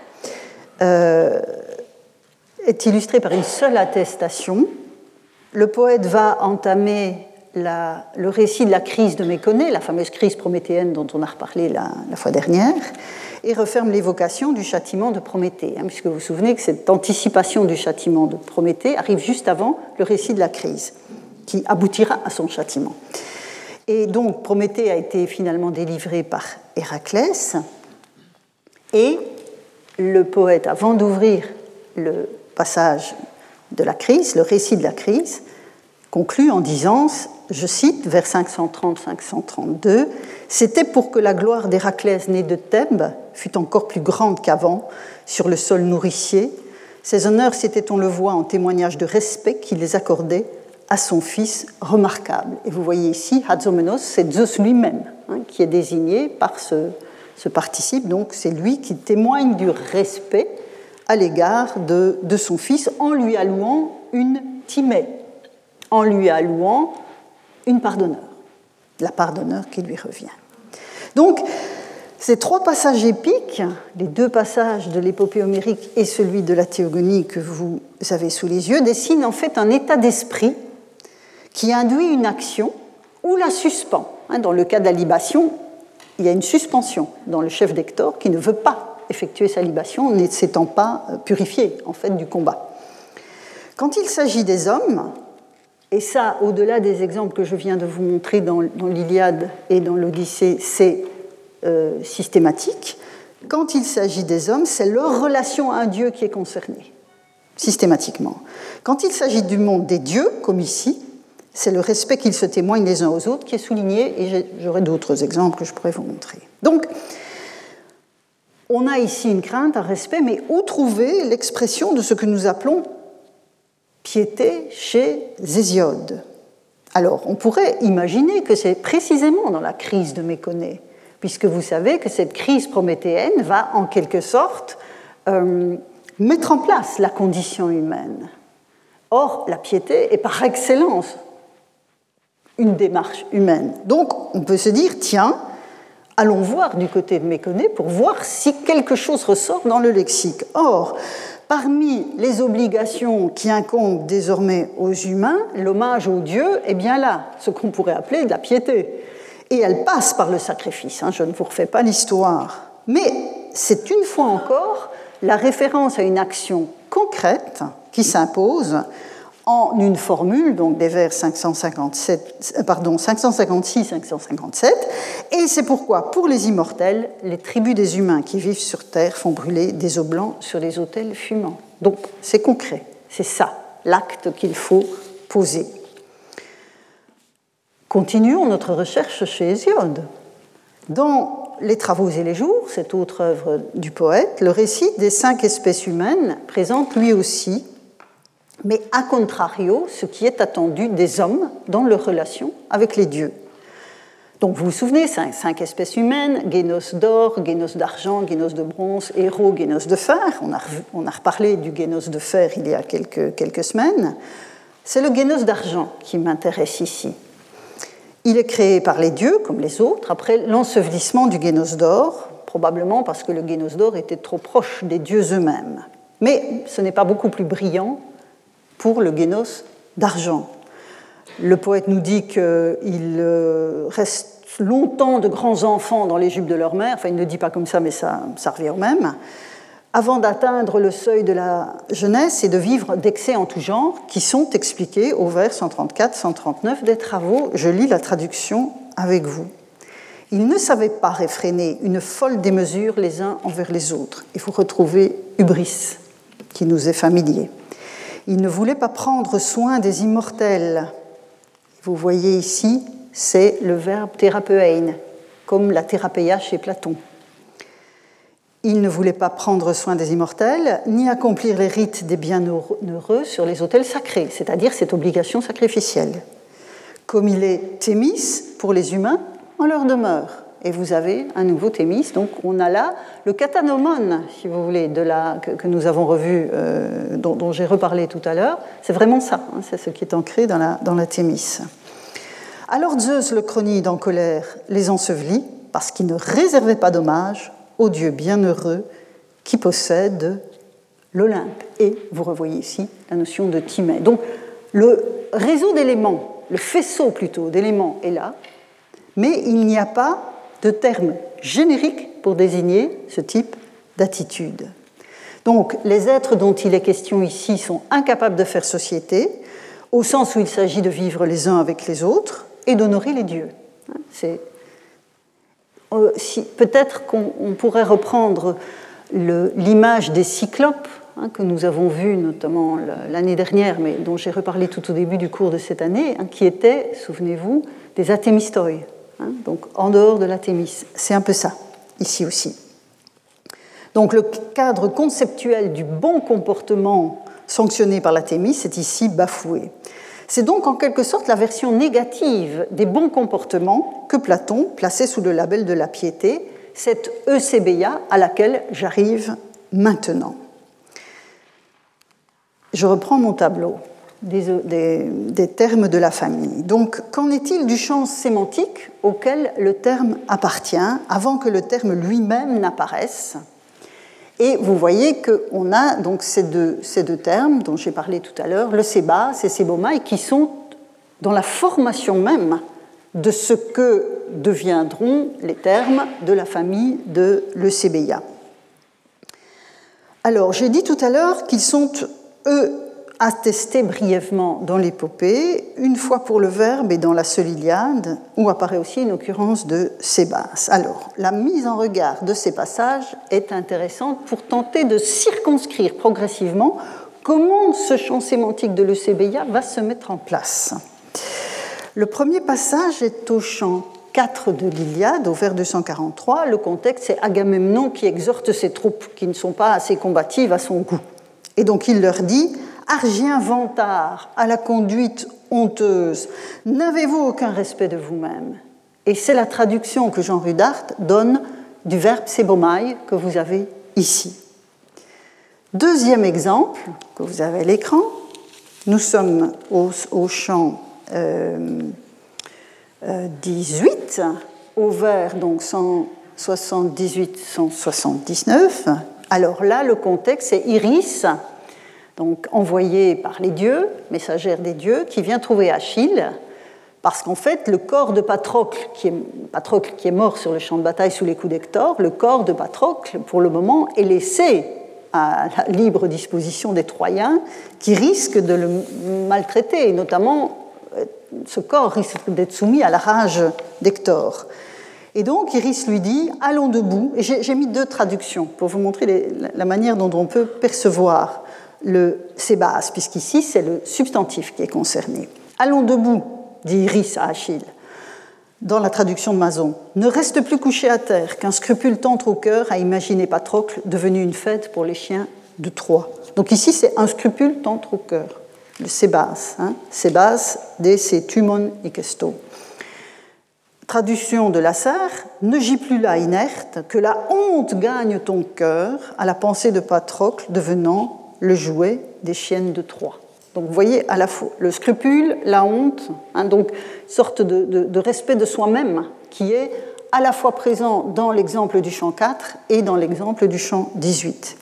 euh, est illustré par une seule attestation. Le poète va entamer la, le récit de la crise de Méconée, la fameuse crise prométhéenne dont on a reparlé la, la fois dernière, et referme l'évocation du châtiment de Prométhée, hein, puisque vous vous souvenez que cette anticipation du châtiment de Prométhée arrive juste avant le récit de la crise, qui aboutira à son châtiment. Et donc Prométhée a été finalement délivré par Héraclès, et le poète, avant d'ouvrir le passage de la crise, le récit de la crise, conclut en disant, je cite, vers cinq cent trente à cinq cent trente-deux, « C'était pour que la gloire d'Héraclès né de Thèbes fût encore plus grande qu'avant, sur le sol nourricier. Ces honneurs, c'était, on le voit, en témoignage de respect qu'il les accordait à son fils remarquable. » Et vous voyez ici, Hadzomenos, c'est Zeus lui-même hein, qui est désigné par ce, ce participe, donc c'est lui qui témoigne du respect à l'égard de, de son fils en lui allouant une timée, en lui allouant une part d'honneur, la part d'honneur qui lui revient. Donc, ces trois passages épiques, les deux passages de l'épopée homérique et celui de la théogonie que vous avez sous les yeux, dessinent en fait un état d'esprit qui induit une action ou la suspend. Dans le cas de la libation, il y a une suspension dans le chef d'Hector qui ne veut pas effectué sa libation, ne s'étant pas purifié en fait du combat. Quand il s'agit des hommes, et ça, au-delà des exemples que je viens de vous montrer dans, dans l'Iliade et dans l'Odyssée, c'est euh, systématique. Quand il s'agit des hommes, c'est leur relation à un dieu qui est concernée, systématiquement. Quand il s'agit du monde des dieux, comme ici, c'est le respect qu'ils se témoignent les uns aux autres qui est souligné, et j'aurai d'autres exemples que je pourrais vous montrer. Donc, on a ici une crainte, un respect, mais où trouver l'expression de ce que nous appelons piété chez Hésiode? Alors, on pourrait imaginer que c'est précisément dans la crise de Méconée, puisque vous savez que cette crise prométhéenne va en quelque sorte euh, mettre en place la condition humaine. Or, la piété est par excellence une démarche humaine. Donc, on peut se dire, tiens, allons voir du côté de Méconée pour voir si quelque chose ressort dans le lexique. Or, parmi les obligations qui incombent désormais aux humains, l'hommage aux dieux est bien là, ce qu'on pourrait appeler de la piété. Et elle passe par le sacrifice, hein, je ne vous refais pas l'histoire. Mais c'est une fois encore la référence à une action concrète qui s'impose en une formule, donc des vers cinq cent cinquante-sept, pardon, cinq cent cinquante-six cinq cent cinquante-sept, et c'est pourquoi, pour les immortels, les tribus des humains qui vivent sur terre font brûler des os blancs sur les autels fumants. Donc, c'est concret, c'est ça, l'acte qu'il faut poser. Continuons notre recherche chez Hésiode. Dans Les Travaux et les Jours, cette autre œuvre du poète, le récit des cinq espèces humaines présente lui aussi, mais à contrario, ce qui est attendu des hommes dans leur relation avec les dieux. Donc vous vous souvenez, cinq, cinq espèces humaines, Génos d'or, Génos d'argent, Génos de bronze, Héros, Génos de fer. On a, on a reparlé du Génos de fer il y a quelques, quelques semaines. C'est le Génos d'argent qui m'intéresse ici. Il est créé par les dieux, comme les autres, après l'ensevelissement du Génos d'or, probablement parce que le Génos d'or était trop proche des dieux eux-mêmes. Mais ce n'est pas beaucoup plus brillant pour le Génos d'argent. Le poète nous dit qu'il reste longtemps de grands enfants dans les jupes de leur mère, enfin il ne le dit pas comme ça, mais ça, ça revient au même, avant d'atteindre le seuil de la jeunesse et de vivre d'excès en tout genre, qui sont expliqués au vers cent trente-quatre cent trente-neuf des Travaux. Je lis la traduction avec vous. Ils ne savaient pas réfréner une folle démesure les uns envers les autres. Il faut retrouver hubris, qui nous est familier. Ils ne voulaient pas prendre soin des immortels. Vous voyez ici, c'est le verbe thérapeuein, comme la thérapéia chez Platon. Ils ne voulaient pas prendre soin des immortels, ni accomplir les rites des bienheureux sur les autels sacrés, c'est-à-dire cette obligation sacrificielle. Comme il est Thémis pour les humains, en leur demeure. Et vous avez un nouveau Thémis. Donc on a là le katanomon, si vous voulez, de la, que, que nous avons revu, euh, dont, dont j'ai reparlé tout à l'heure. C'est vraiment ça, hein, c'est ce qui est ancré dans la, dans la Thémis. Alors Zeus, le chronide en colère, les ensevelit parce qu'il ne réservait pas d'hommage au Dieu bienheureux qui possède l'Olympe. Et vous revoyez ici la notion de Timée. Donc le réseau d'éléments, le faisceau plutôt d'éléments est là, mais il n'y a pas de terme générique pour désigner ce type d'attitude. Donc, les êtres dont il est question ici sont incapables de faire société, au sens où il s'agit de vivre les uns avec les autres et d'honorer les dieux. C'est, euh, si, peut-être qu'on on pourrait reprendre le, l'image des cyclopes, hein, que nous avons vu notamment l'année dernière, mais dont j'ai reparlé tout au début du cours de cette année, hein, qui étaient, souvenez-vous, des athémistoi. Donc, en dehors de la Thémis. C'est un peu ça, ici aussi. Donc, le cadre conceptuel du bon comportement sanctionné par la Thémis est ici bafoué. C'est donc en quelque sorte la version négative des bons comportements que Platon plaçait sous le label de la piété, cette eusébéia à laquelle j'arrive maintenant. Je reprends mon tableau. Des, des, des termes de la famille. Donc, qu'en est-il du champ sémantique auquel le terme appartient avant que le terme lui-même n'apparaisse? Et vous voyez qu'on a donc ces deux, ces deux termes dont j'ai parlé tout à l'heure, le séba, et sébomai, qui sont dans la formation même de ce que deviendront les termes de la famille de l'eusébéia. Alors, j'ai dit tout à l'heure qu'ils sont, eux, attestés brièvement dans l'épopée, une fois pour le Verbe et dans la seule Iliade, où apparaît aussi une occurrence de Sébas. Alors, la mise en regard de ces passages est intéressante pour tenter de circonscrire progressivement comment ce champ sémantique de l'Eusébéia va se mettre en place. Le premier passage est au chant quatre de l'Iliade, au vers deux cent quarante-trois. Le contexte, c'est Agamemnon qui exhorte ses troupes, qui ne sont pas assez combatives à son goût. Et donc il leur dit « Argiens vantards, à la conduite honteuse, n'avez-vous aucun respect de vous-même » Et c'est la traduction que Jean Rudart donne du verbe sebomai que vous avez ici. Deuxième exemple, que vous avez à l'écran, nous sommes au, au chant euh, euh, dix-huit, au vers donc cent soixante-dix-huit cent soixante-dix-neuf. Alors là, le contexte, c'est Iris, donc envoyée par les dieux, messagère des dieux, qui vient trouver Achille, parce qu'en fait, le corps de Patrocle qui, est, Patrocle, qui est mort sur le champ de bataille sous les coups d'Hector, le corps de Patrocle, pour le moment, est laissé à la libre disposition des Troyens, qui risquent de le maltraiter, et notamment, ce corps risque d'être soumis à la rage d'Hector. Et donc, Iris lui dit « Allons debout ». Et j'ai, j'ai mis deux traductions pour vous montrer les, la manière dont on peut percevoir le sébas, puisqu'ici, c'est le substantif qui est concerné. « Allons debout », dit Iris à Achille, dans la traduction de Mazon. « Ne reste plus couché à terre qu'un scrupule t'entre au cœur à imaginer Patrocle devenu une fête pour les chiens de Troie. » Donc ici, c'est « un scrupule t'entre au cœur », le sébas. Hein, sébas, de c'est tumon ikesto. Traduction de Lasserre, ne gis plus là inerte, que la honte gagne ton cœur à la pensée de Patrocle devenant le jouet des chiennes de Troie. Donc vous voyez à la fois le scrupule, la honte, hein, donc sorte de, de, de respect de soi-même qui est à la fois présent dans l'exemple du chant quatre et dans l'exemple du chant dix-huit.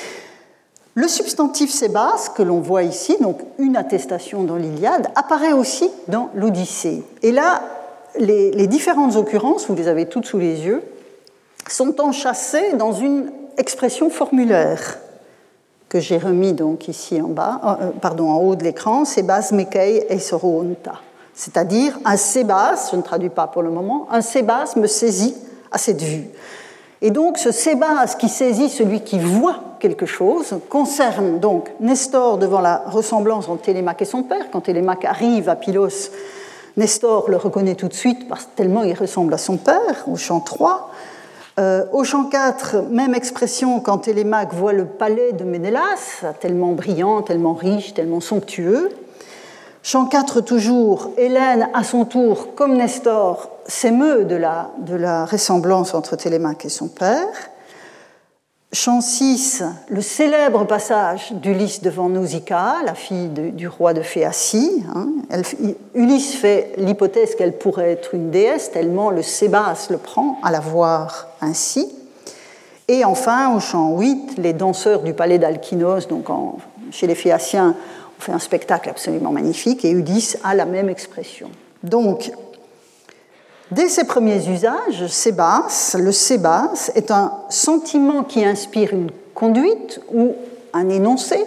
Le substantif sébas, que l'on voit ici, donc une attestation dans l'Iliade, apparaît aussi dans l'Odyssée. Et là, Les, les différentes occurrences, vous les avez toutes sous les yeux, sont enchâssées dans une expression formulaire que j'ai remis donc ici en bas, euh, pardon, en haut de l'écran, sébas mekei eisoroonta, c'est-à-dire un sébas, je ne traduis pas pour le moment, un sébas me saisit à cette vue. Et donc ce sébas qui saisit celui qui voit quelque chose concerne donc Nestor devant la ressemblance entre Télémaque et son père. Quand Télémaque arrive à Pylos, Nestor le reconnaît tout de suite parce que tellement il ressemble à son père, au chant trois. Euh, au chant quatre, même expression quand Télémaque voit le palais de Ménélas, tellement brillant, tellement riche, tellement somptueux. Chant quatre toujours, Hélène, à son tour, comme Nestor, s'émeut de la, de la ressemblance entre Télémaque et son père. Chant six, le célèbre passage d'Ulysse devant Nausicaa, la fille de, du roi de Phéacie. Hein. Elle, Ulysse fait l'hypothèse qu'elle pourrait être une déesse, tellement le sébas le prend à la voir ainsi. Et enfin, au chant huit, les danseurs du palais d'Alkynos, donc en, chez les Phéaciens, ont fait un spectacle absolument magnifique, et Ulysse a la même expression. Donc, dès ses premiers usages, sébas, le sébas est un sentiment qui inspire une conduite ou un énoncé,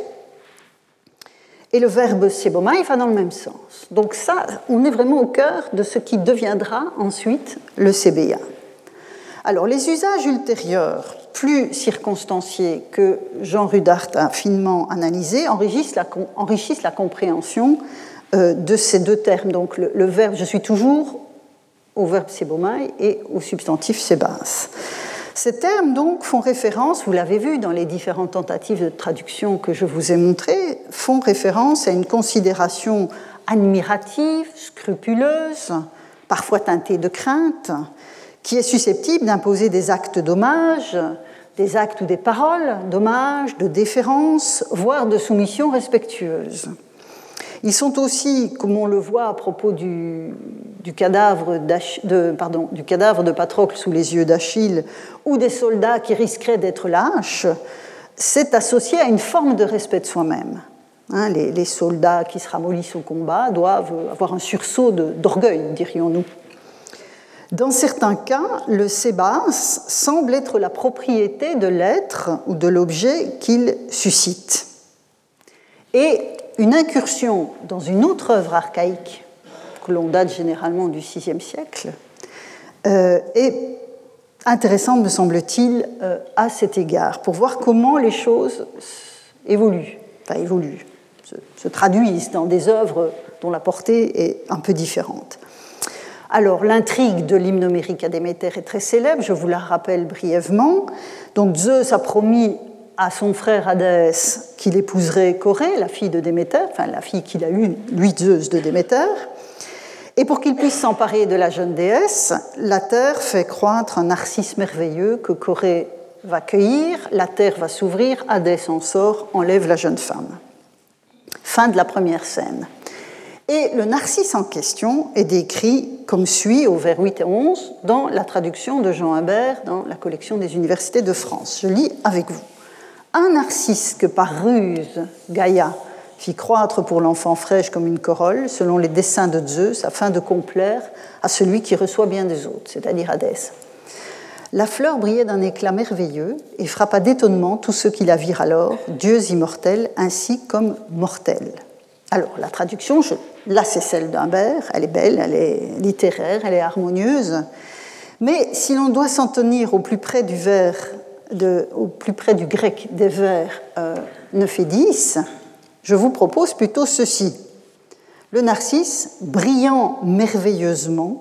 et le verbe sebomai va dans le même sens. Donc ça, on est vraiment au cœur de ce qui deviendra ensuite le sébéia. Alors les usages ultérieurs, plus circonstanciés que Jean Rudart a finement analysés, enrichissent la, enrichissent la compréhension euh, de ces deux termes. Donc le, le verbe « je suis toujours » au verbe sebomai et au substantif sébas. Ces termes donc font référence, vous l'avez vu dans les différentes tentatives de traduction que je vous ai montrées, font référence à une considération admirative, scrupuleuse, parfois teintée de crainte, qui est susceptible d'imposer des actes d'hommage, des actes ou des paroles d'hommage, de déférence, voire de soumission respectueuse. Ils sont aussi, comme on le voit à propos du, du, cadavre, de, pardon, du cadavre de Patrocle sous les yeux d'Achille, ou des soldats qui risqueraient d'être lâches, c'est associé à une forme de respect de soi-même. Hein, les, les soldats qui se ramollissent au combat doivent avoir un sursaut de, d'orgueil, dirions-nous. Dans certains cas, le sébas semble être la propriété de l'être ou de l'objet qu'il suscite. Et une incursion dans une autre œuvre archaïque, que l'on date généralement du sixième siècle, euh, est intéressante, me semble-t-il, euh, à cet égard, pour voir comment les choses évoluent, enfin évoluent, se, se traduisent dans des œuvres dont la portée est un peu différente. Alors, l'intrigue de l'hymne homérique à Déméter est très célèbre, je vous la rappelle brièvement. Donc, Zeus a promis à son frère Hadès qu'il épouserait Corée, la fille de Déméter, enfin la fille qu'il a eue, lui Zeus de Déméter. Et pour qu'il puisse s'emparer de la jeune déesse, la terre fait croître un narcisse merveilleux que Corée va cueillir, la terre va s'ouvrir, Hadès en sort, enlève la jeune femme. Fin de la première scène. Et le narcisse en question est décrit comme suit au vers huit et onze dans la traduction de Jean Humbert dans la collection des universités de France. Je lis avec vous. Un narcisse que par ruse, Gaïa fit croître pour l'enfant fraîche comme une corolle, selon les desseins de Zeus, afin de complaire à celui qui reçoit bien des autres, c'est-à-dire Hadès. La fleur brillait d'un éclat merveilleux et frappa d'étonnement tous ceux qui la virent alors, dieux immortels ainsi comme mortels. Alors, la traduction, je, là c'est celle d'Humbert, elle est belle, elle est littéraire, elle est harmonieuse, mais si l'on doit s'en tenir au plus près du vers, de, au plus près du grec des vers euh, neuf et dix, je vous propose plutôt ceci. Le narcisse, brillant merveilleusement,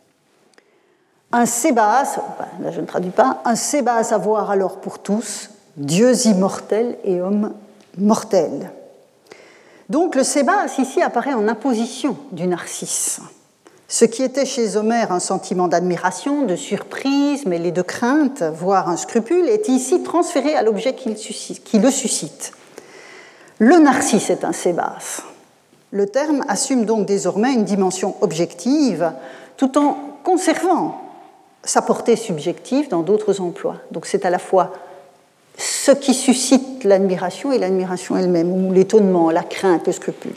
un sébas, là je ne traduis pas, un sébas à voir alors pour tous, dieux immortels et hommes mortels. Donc le sébas ici apparaît en apposition du narcisse. Ce qui était chez Homère un sentiment d'admiration, de surprise, mêlé de crainte, voire un scrupule, est ici transféré à l'objet qui le suscite. Le narcisse est un sébas. Le terme assume donc désormais une dimension objective, tout en conservant sa portée subjective dans d'autres emplois. Donc c'est à la fois ce qui suscite l'admiration et l'admiration elle-même, ou l'étonnement, la crainte, le scrupule.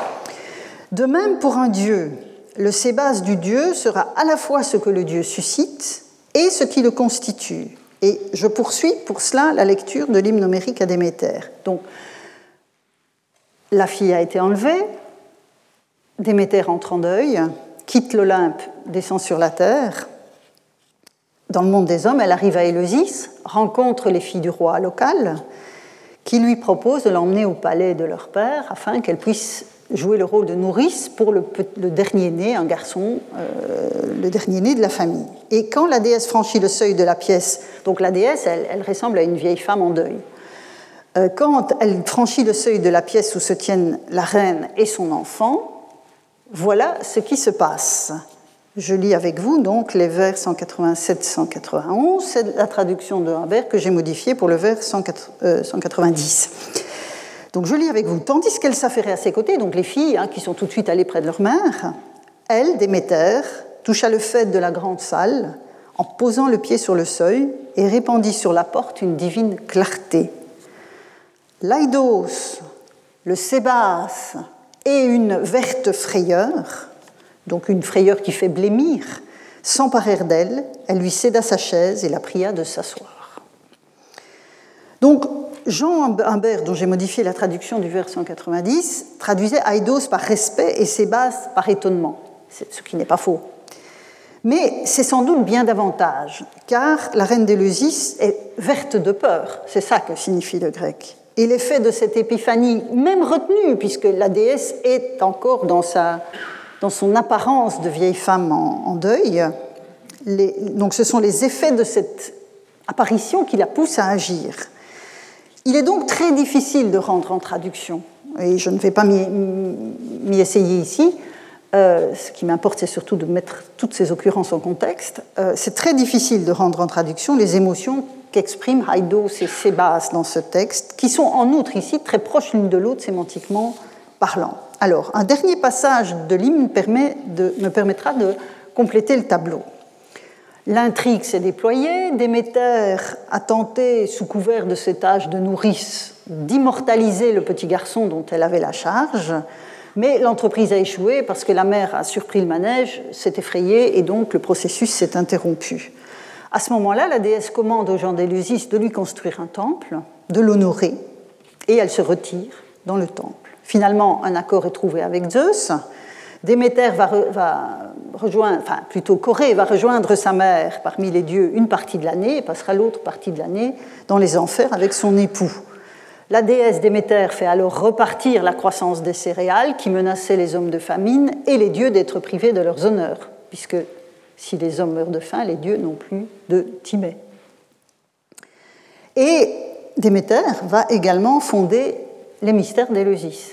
De même, pour un dieu, le sébas du dieu sera à la fois ce que le dieu suscite et ce qui le constitue. Et je poursuis pour cela la lecture de l'hymne homérique à Déméter. Donc, la fille a été enlevée, Déméter entre en deuil, quitte l'Olympe, descend sur la terre. Dans le monde des hommes, elle arrive à Éleusis, rencontre les filles du roi local, qui lui proposent de l'emmener au palais de leur père afin qu'elle puisse jouer le rôle de nourrice pour le, le dernier-né, un garçon, euh, le dernier-né de la famille. Et quand la déesse franchit le seuil de la pièce, donc la déesse, elle, elle ressemble à une vieille femme en deuil. Euh, quand elle franchit le seuil de la pièce où se tiennent la reine et son enfant, voilà ce qui se passe. Je lis avec vous donc les vers cent quatre-vingt-sept à cent quatre-vingt-onze, c'est la traduction de Humbert que j'ai modifiée pour le vers cent quatre-vingt-dix. Donc je lis avec vous. Tandis qu'elle s'affairait à ses côtés, donc les filles hein, qui sont tout de suite allées près de leur mère, elle, Déméter, toucha le faîte de la grande salle en posant le pied sur le seuil et répandit sur la porte une divine clarté. L'Aïdos, le sébas et une verte frayeur, donc une frayeur qui fait blêmir, s'emparèrent d'elle, elle lui céda sa chaise et la pria de s'asseoir. Donc, Jean Humbert, dont j'ai modifié la traduction du vers cent quatre-vingt-dix, traduisait Aïdos par respect et sébas par étonnement, ce qui n'est pas faux. Mais c'est sans doute bien davantage, car la reine d'Éleusis est verte de peur, c'est ça que signifie le grec. Et l'effet de cette épiphanie, même retenue, puisque la déesse est encore dans sa... dans son apparence de vieille femme en, en deuil, les, donc ce sont les effets de cette apparition qui la poussent à agir. Il est donc très difficile de rendre en traduction, et je ne vais pas m'y, m'y essayer ici, euh, ce qui m'importe c'est surtout de mettre toutes ces occurrences en contexte, euh, c'est très difficile de rendre en traduction les émotions qu'expriment Aïdos et sébas dans ce texte, qui sont en outre ici très proches l'une de l'autre sémantiquement parlant. Alors, un dernier passage de l'hymne permet de, me permettra de compléter le tableau. L'intrigue s'est déployée, Déméter a tenté, sous couvert de cet âge de nourrice, d'immortaliser le petit garçon dont elle avait la charge, Mais l'entreprise a échoué parce que la mère a surpris le manège, s'est effrayée et donc le processus s'est interrompu. À ce moment-là, la déesse commande aux gens d'Éleusis de lui construire un temple, de l'honorer, et elle se retire dans le temple. Finalement, un accord est trouvé avec Zeus. Déméter va, re, va rejoindre, enfin plutôt Corée va rejoindre sa mère parmi les dieux une partie de l'année et passera l'autre partie de l'année dans les enfers avec son époux. La déesse Déméter fait alors repartir la croissance des céréales qui menaçaient les hommes de famine et les dieux d'être privés de leurs honneurs, puisque si les hommes meurent de faim, les dieux n'ont plus de timets. Et Déméter va également fonder les mystères d'Éleusis.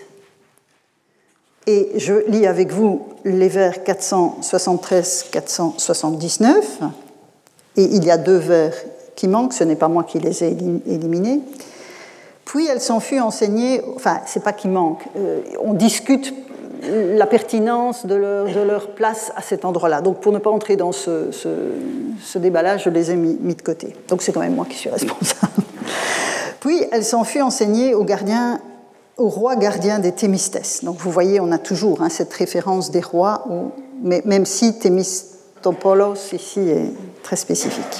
Et je lis avec vous les vers quatre cent soixante-treize à quatre cent soixante-dix-neuf, et il y a deux vers qui manquent, ce n'est pas moi qui les ai éliminés. Puis elle s'en fut enseignée, enfin, c'est pas qu'il manque, euh, on discute la pertinence de leur, de leur place à cet endroit-là. Donc, pour ne pas entrer dans ce, ce, ce débat-là, je les ai mis, mis de côté. Donc, c'est quand même moi qui suis responsable. Puis, elle s'en fut enseignée au, gardien, au roi gardien des Thémistès. Donc, vous voyez, on a toujours hein, cette référence des rois, où, mais même si Thémistopolos, ici, est très spécifique.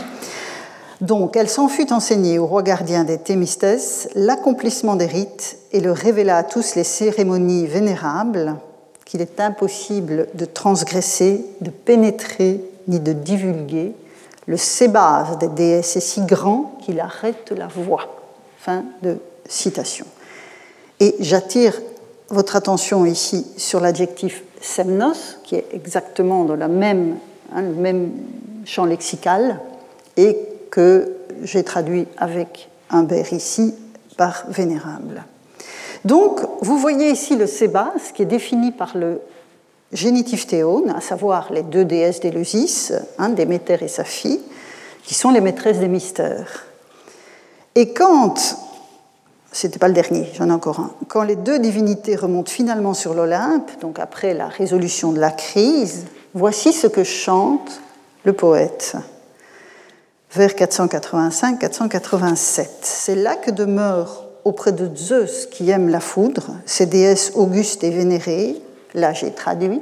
Donc, elle s'en fut enseignée au roi gardien des Thémistès l'accomplissement des rites et le révéla à tous les cérémonies vénérables qu'il est impossible de transgresser, de pénétrer ni de divulguer. Le sébase des déesses est si grand qu'il arrête la voix. Fin de citation. Et j'attire votre attention ici sur l'adjectif semnos, qui est exactement dans la même, hein, le même champ lexical, et que j'ai traduit avec un ber ici par vénérable. Donc, vous voyez ici le sébase qui est défini par le génitif théone, à savoir les deux déesses d'Éleusis, hein, Déméter et sa fille, qui sont les maîtresses des mystères. Et quand, c'était pas le dernier, j'en ai encore un, quand les deux divinités remontent finalement sur l'Olympe, donc après la résolution de la crise, voici ce que chante le poète. Vers quatre cent quatre-vingt-cinq à quatre cent quatre-vingt-sept. C'est là que demeurent auprès de Zeus qui aime la foudre, ces déesses augustes et vénérées, là j'ai traduit,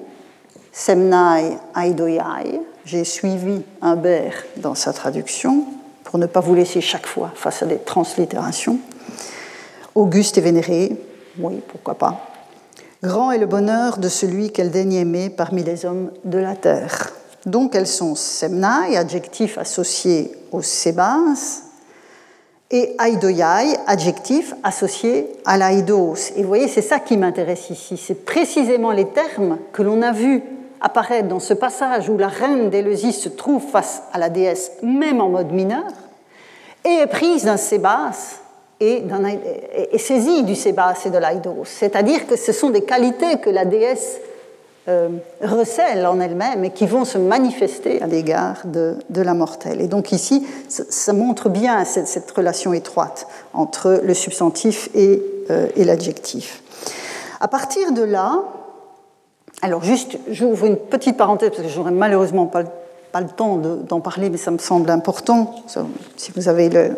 Semnai Aidoiai, j'ai suivi Humbert dans sa traduction, pour ne pas vous laisser chaque fois face à des translittérations. Auguste et vénérée, oui, pourquoi pas. Grand est le bonheur de celui qu'elle daigne aimer parmi les hommes de la terre. Donc elles sont Semnai, adjectif associé au sébas, et Aidoiai, adjectif associé à l'aidos. Et vous voyez, c'est ça qui m'intéresse ici. C'est précisément les termes que l'on a vus apparaître dans ce passage où la reine d'Éleusis se trouve face à la déesse, même en mode mineur, et est prise d'un sébas et, d'un, et saisie du sébas et de l'aidos. C'est-à-dire que ce sont des qualités que la déesse Euh, recèlent en elle-même et qui vont se manifester à l'égard de, de la mortelle. Et donc ici, ça, ça montre bien cette, cette relation étroite entre le substantif et, euh, et l'adjectif. À partir de là, alors juste, j'ouvre une petite parenthèse parce que j'aurai malheureusement pas, pas le temps de, d'en parler, mais ça me semble important, ça, si vous avez le,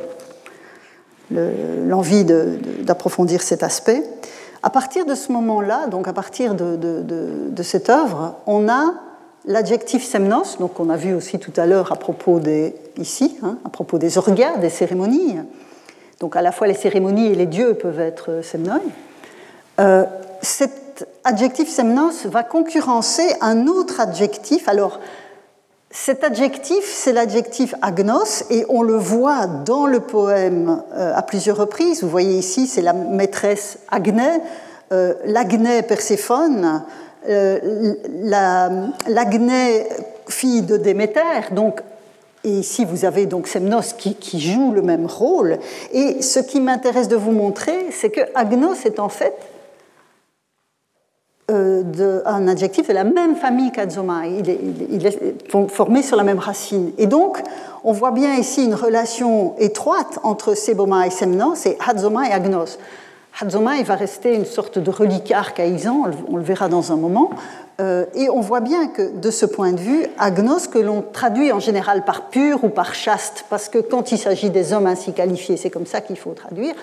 le, l'envie de, de, d'approfondir cet aspect. À partir de ce moment-là, donc à partir de, de, de, de cette œuvre, on a l'adjectif semnos, donc on a vu aussi tout à l'heure à propos des, ici, hein, à propos des orgias, des cérémonies. Donc à la fois les cérémonies et les dieux peuvent être semnoi. Euh, cet adjectif semnos va concurrencer un autre adjectif. Alors, cet adjectif, c'est l'adjectif agnos, et on le voit dans le poème euh, à plusieurs reprises. Vous voyez ici, c'est la maîtresse Agnès, euh, l'Agnès Perséphone, euh, la, l'Agnès fille de Déméter, donc, et ici vous avez donc Semnos qui, qui joue le même rôle. Et ce qui m'intéresse de vous montrer, c'est que agnos est en fait Euh, de, un adjectif de la même famille qu'adzomai, il est, il est formé sur la même racine. Et donc, on voit bien ici une relation étroite entre sebomai et semnos et hadzomai et agnos. Hadzomai va rester une sorte de reliquat archaïsant, on le verra dans un moment, euh, et on voit bien que de ce point de vue, agnos, que l'on traduit en général par pur ou par chaste, parce que quand il s'agit des hommes ainsi qualifiés, c'est comme ça qu'il faut traduire.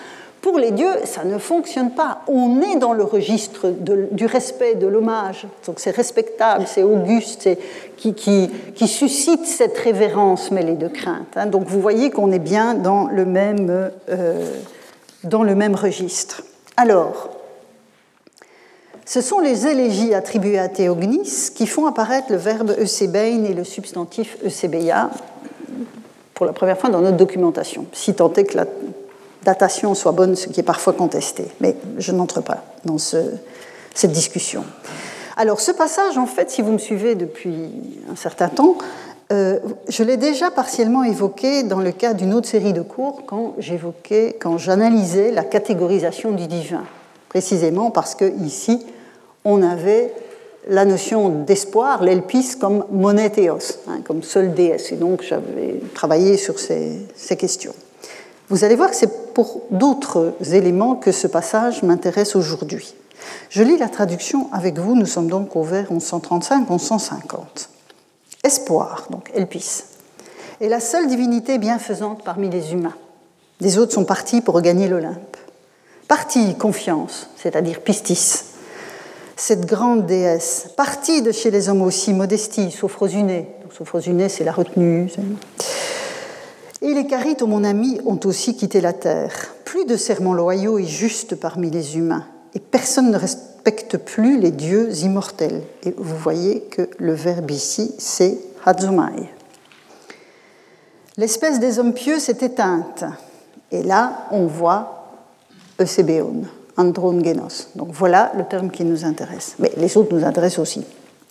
Pour les dieux, ça ne fonctionne pas. On est dans le registre de, du respect, de l'hommage. Donc c'est respectable, c'est auguste, c'est, qui, qui, qui suscite cette révérence mêlée de crainte. Hein. Donc vous voyez qu'on est bien dans le même, euh, dans le même registre. Alors, ce sont les élégies attribuées à Théognis qui font apparaître le verbe eusébein et le substantif eusébeia pour la première fois dans notre documentation, si tant est que la datation soit bonne, ce qui est parfois contesté. Mais je n'entre pas dans ce, cette discussion. Alors, ce passage, en fait, si vous me suivez depuis un certain temps, euh, je l'ai déjà partiellement évoqué dans le cas d'une autre série de cours quand j'évoquais, quand j'analysais la catégorisation du divin, précisément parce que ici, on avait la notion d'espoir, l'elpis, comme monéthéos, hein, comme seule déesse. Et donc, j'avais travaillé sur ces, ces questions. Vous allez voir que c'est pour d'autres éléments que ce passage m'intéresse aujourd'hui. Je lis la traduction avec vous, nous sommes donc au vers onze cent trente-cinq à onze cent cinquante. Espoir, donc elpis, est la seule divinité bienfaisante parmi les humains. Les autres sont partis pour regagner l'Olympe. Partie confiance, c'est-à-dire pistis, cette grande déesse, partie de chez les hommes aussi, modestie, Sophrosyné. Sophrosyné, c'est la retenue. C'est... Et les Charites, oh mon ami, ont aussi quitté la terre. Plus de serments loyaux et justes parmi les humains. Et personne ne respecte plus les dieux immortels. Et vous voyez que le verbe ici, c'est hadzomai. L'espèce des hommes pieux s'est éteinte. Et là, on voit eusebéon, androngenos. Donc voilà le terme qui nous intéresse. Mais les autres nous intéressent aussi.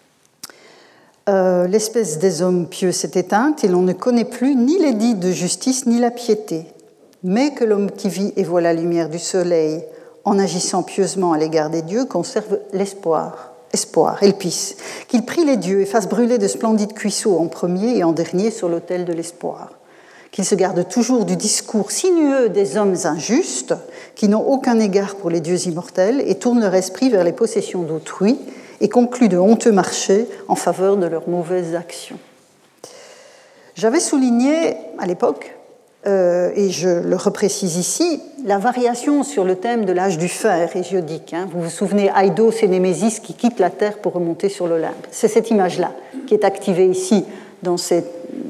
Euh, l'espèce des hommes pieux s'est éteinte et l'on ne connaît plus ni les dits de justice ni la piété, mais que l'homme qui vit et voit la lumière du soleil en agissant pieusement à l'égard des dieux conserve l'espoir, espoir, elpis, qu'il prie les dieux et fasse brûler de splendides cuisseaux en premier et en dernier sur l'autel de l'espoir, qu'il se garde toujours du discours sinueux des hommes injustes qui n'ont aucun égard pour les dieux immortels et tournent leur esprit vers les possessions d'autrui et conclut de honteux marchés en faveur de leurs mauvaises actions. J'avais souligné à l'époque, euh, et je le reprécise ici, la variation sur le thème de l'âge du fer hésiodique. Hein. Vous vous souvenez, Aidos et Némésis qui quittent la terre pour remonter sur l'Olympe. C'est cette image-là qui est activée ici dans ces...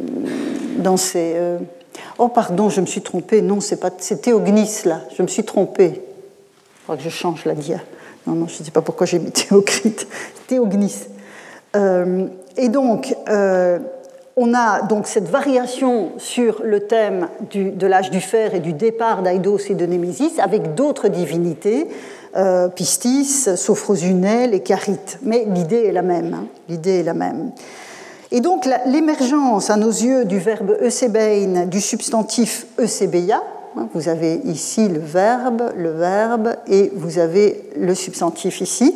Dans ces euh... Oh, pardon, je me suis trompée. Non, c'est, pas... c'est Théognis, là. Je me suis trompée. Il faudra que je change la dia. Non, non, je ne sais pas pourquoi j'ai mis Théocrite, Théognis. Euh, et donc, euh, on a donc cette variation sur le thème du, de l'âge du fer et du départ d'Aidos et de Némésis avec d'autres divinités, euh, Pistis, Sophrosyné, les Charites. Mais l'idée est la même. Hein, l'idée est la même. Et donc, la, l'émergence à nos yeux du verbe eusébein, du substantif eusébeia, vous avez ici le verbe, le verbe, et vous avez le substantif ici,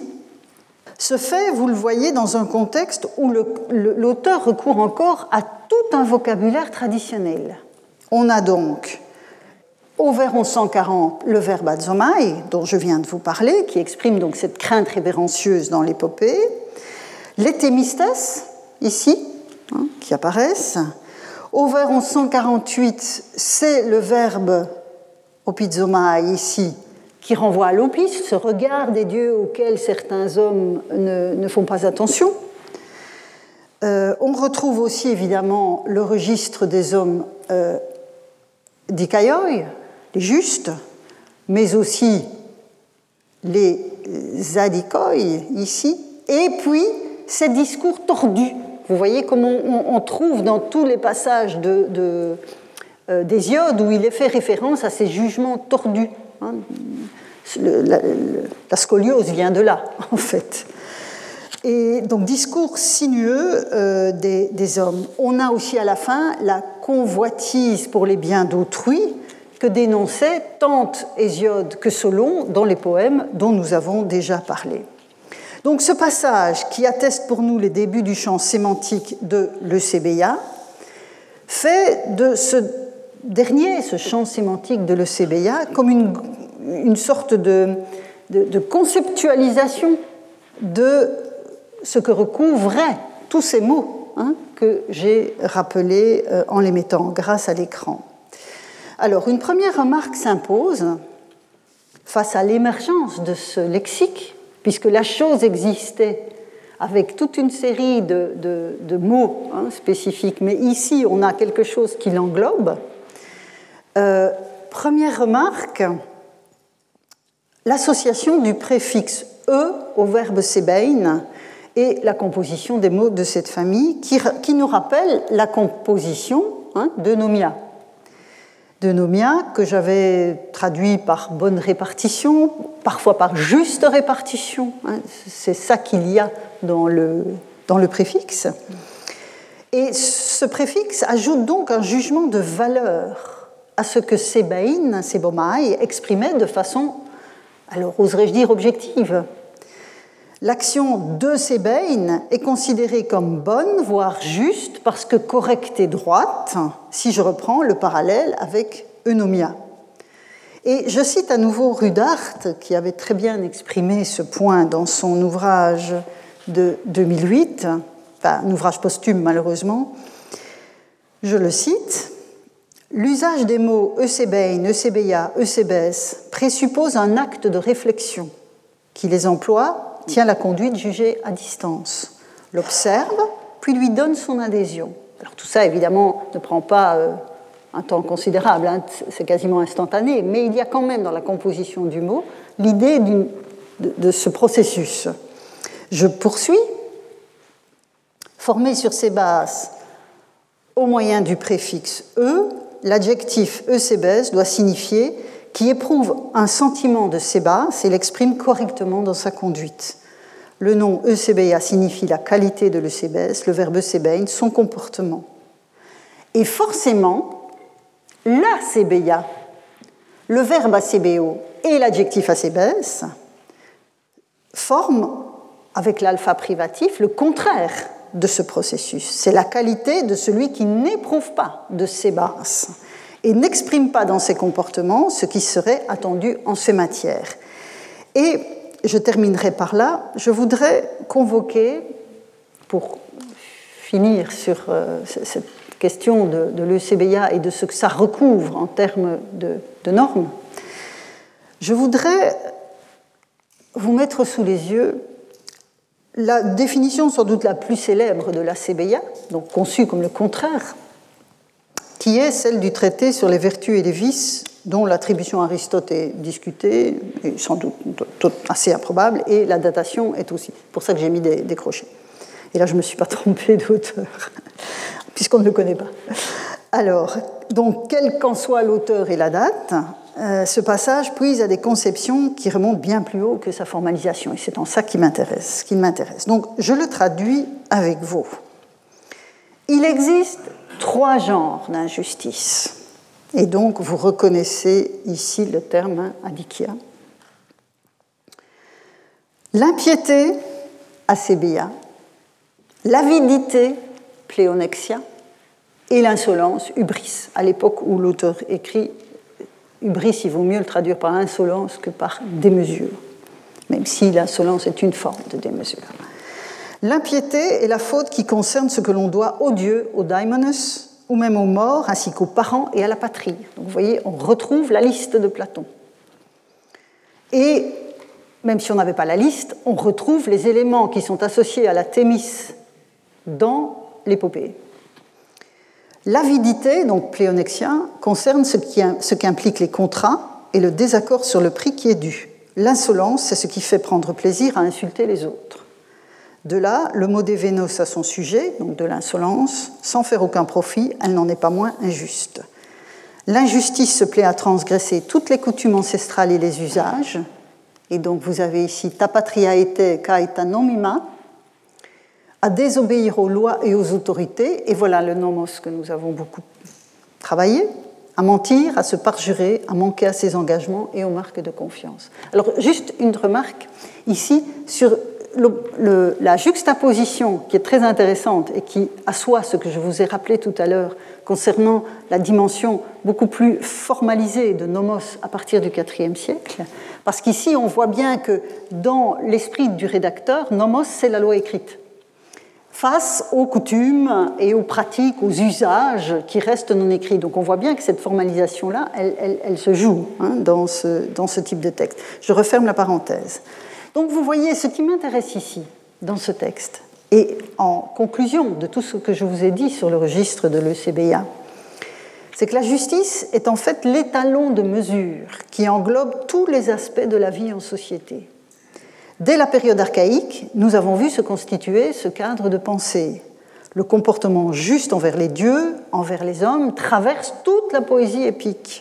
se fait, vous le voyez, dans un contexte où le, le, l'auteur recourt encore à tout un vocabulaire traditionnel. On a donc, au vers onze cent quarante, le verbe adzomai, dont je viens de vous parler, qui exprime donc cette crainte révérencieuse dans l'épopée, les thémistes, ici, hein, qui apparaissent. Au vers onze cent quarante-huit, c'est le verbe opizomai ici, qui renvoie à l'opis, ce regard des dieux auquel certains hommes ne, ne font pas attention. Euh, on retrouve aussi évidemment le registre des hommes euh, dikaioi, les justes, mais aussi les zadikoi ici, et puis ces discours tordus. Vous voyez comment on, on trouve dans tous les passages de, de, euh, d'Hésiode où il est fait référence à ces jugements tordus. Hein. Le, la, le, la scoliose vient de là, en fait. Et donc, discours sinueux euh, des, des hommes. On a aussi à la fin la convoitise pour les biens d'autrui que dénonçaient tant Hésiode que Solon dans les poèmes dont nous avons déjà parlé. Donc ce passage, qui atteste pour nous les débuts du champ sémantique de l'Eusébeia, fait de ce dernier, ce champ sémantique de l'Eusébeia, comme une, une sorte de, de, de conceptualisation de ce que recouvraient tous ces mots hein, que j'ai rappelés euh, en les mettant grâce à l'écran. Alors, une première remarque s'impose. face à l'émergence de ce lexique, puisque la chose existait avec toute une série de, de, de mots hein, spécifiques, mais ici on a quelque chose qui l'englobe. Euh, première remarque, l'association du préfixe « e » au verbe « sebein » et la composition des mots de cette famille qui, qui nous rappelle la composition hein, de nomia. De nomia que j'avais traduit par bonne répartition, parfois par juste répartition. Hein, c'est ça qu'il y a dans le, dans le préfixe. Et ce préfixe ajoute donc un jugement de valeur à ce que sebein, sebomai, exprimait de façon, alors oserais-je dire, objective. L'action de sebein est considérée comme bonne, voire juste, parce que correcte et droite, si je reprends le parallèle avec eunomia. Et je cite à nouveau Rudart, qui avait très bien exprimé ce point dans son ouvrage de deux mille huit, enfin un ouvrage posthume malheureusement. Je le cite. L'usage des mots eusebein, eusebeia, eusebes présuppose un acte de réflexion qui les emploie, tient la conduite jugée à distance, l'observe, puis lui donne son adhésion. Alors tout ça, évidemment, ne prend pas euh, un temps considérable, hein, c'est quasiment instantané, mais il y a quand même dans la composition du mot l'idée d'une, de, de ce processus. Je poursuis. Formé sur ces bases au moyen du préfixe « e », l'adjectif « eusebes » doit signifier qui éprouve un sentiment de sébas et l'exprime correctement dans sa conduite. Le nom eusebeia signifie la qualité de l'eusebes, le verbe eusebein, son comportement. Et forcément, la sebeia, le verbe asebeo et l'adjectif asebes forment, avec l'alpha privatif, le contraire de ce processus. C'est la qualité de celui qui n'éprouve pas de sébas et n'exprime pas dans ses comportements ce qui serait attendu en ces matières. Et je terminerai par là. Je voudrais convoquer, pour finir sur euh, cette question de, de l'eusebeia et de ce que ça recouvre en termes de, de normes, je voudrais vous mettre sous les yeux la définition sans doute la plus célèbre de la sebeia, donc conçue comme le contraire, qui est celle du traité sur les vertus et les vices, dont l'attribution à Aristote est discutée, et sans doute assez improbable, et la datation est aussi. C'est pour ça que j'ai mis des, des crochets. Et là, je ne me suis pas trompée d'auteur, puisqu'on ne le connaît pas. Alors, donc, quel qu'en soit l'auteur et la date, euh, ce passage puise à des conceptions qui remontent bien plus haut que sa formalisation, et c'est en ça qui m'intéresse, qui m'intéresse. Donc, je le traduis avec vous. Il existe trois genres d'injustice. Et donc, vous reconnaissez ici le terme hein, adikia. L'impiété, asebeia, l'avidité, pléonexia, et l'insolence, hubris. À l'époque où l'auteur écrit hubris, il vaut mieux le traduire par insolence que par démesure, même si l'insolence est une forme de démesure. L'impiété est la faute qui concerne ce que l'on doit aux dieux, aux daimonos, ou même aux morts, ainsi qu'aux parents et à la patrie. Donc vous voyez, on retrouve la liste de Platon. Et même si on n'avait pas la liste, on retrouve les éléments qui sont associés à la thémis dans l'épopée. L'avidité, donc pléonexia, concerne ce qui, ce qui implique les contrats et le désaccord sur le prix qui est dû. L'insolence, c'est ce qui fait prendre plaisir à insulter les autres. De là, le mot dévénos à son sujet, donc de l'insolence, sans faire aucun profit, elle n'en est pas moins injuste. L'injustice se plaît à transgresser toutes les coutumes ancestrales et les usages, et donc vous avez ici ta patria ete kai ta nomima, à désobéir aux lois et aux autorités, et voilà le nomos que nous avons beaucoup travaillé, à mentir, à se parjurer, à manquer à ses engagements et aux marques de confiance. Alors, juste une remarque ici sur le, le, la juxtaposition qui est très intéressante et qui assoit ce que je vous ai rappelé tout à l'heure concernant la dimension beaucoup plus formalisée de nomos à partir du quatrième siècle, parce qu'ici, on voit bien que dans l'esprit du rédacteur, nomos, c'est la loi écrite. face aux coutumes et aux pratiques, aux usages qui restent non écrits. Donc on voit bien que cette formalisation-là, elle, elle, elle se joue hein, dans, ce, dans ce type de texte. Je referme la parenthèse. Donc vous voyez, ce qui m'intéresse ici, dans ce texte, et en conclusion de tout ce que je vous ai dit sur le registre de l'E C B A, c'est que la justice est en fait l'étalon de mesure qui englobe tous les aspects de la vie en société. Dès la période archaïque, nous avons vu se constituer ce cadre de pensée. Le comportement juste envers les dieux, envers les hommes, traverse toute la poésie épique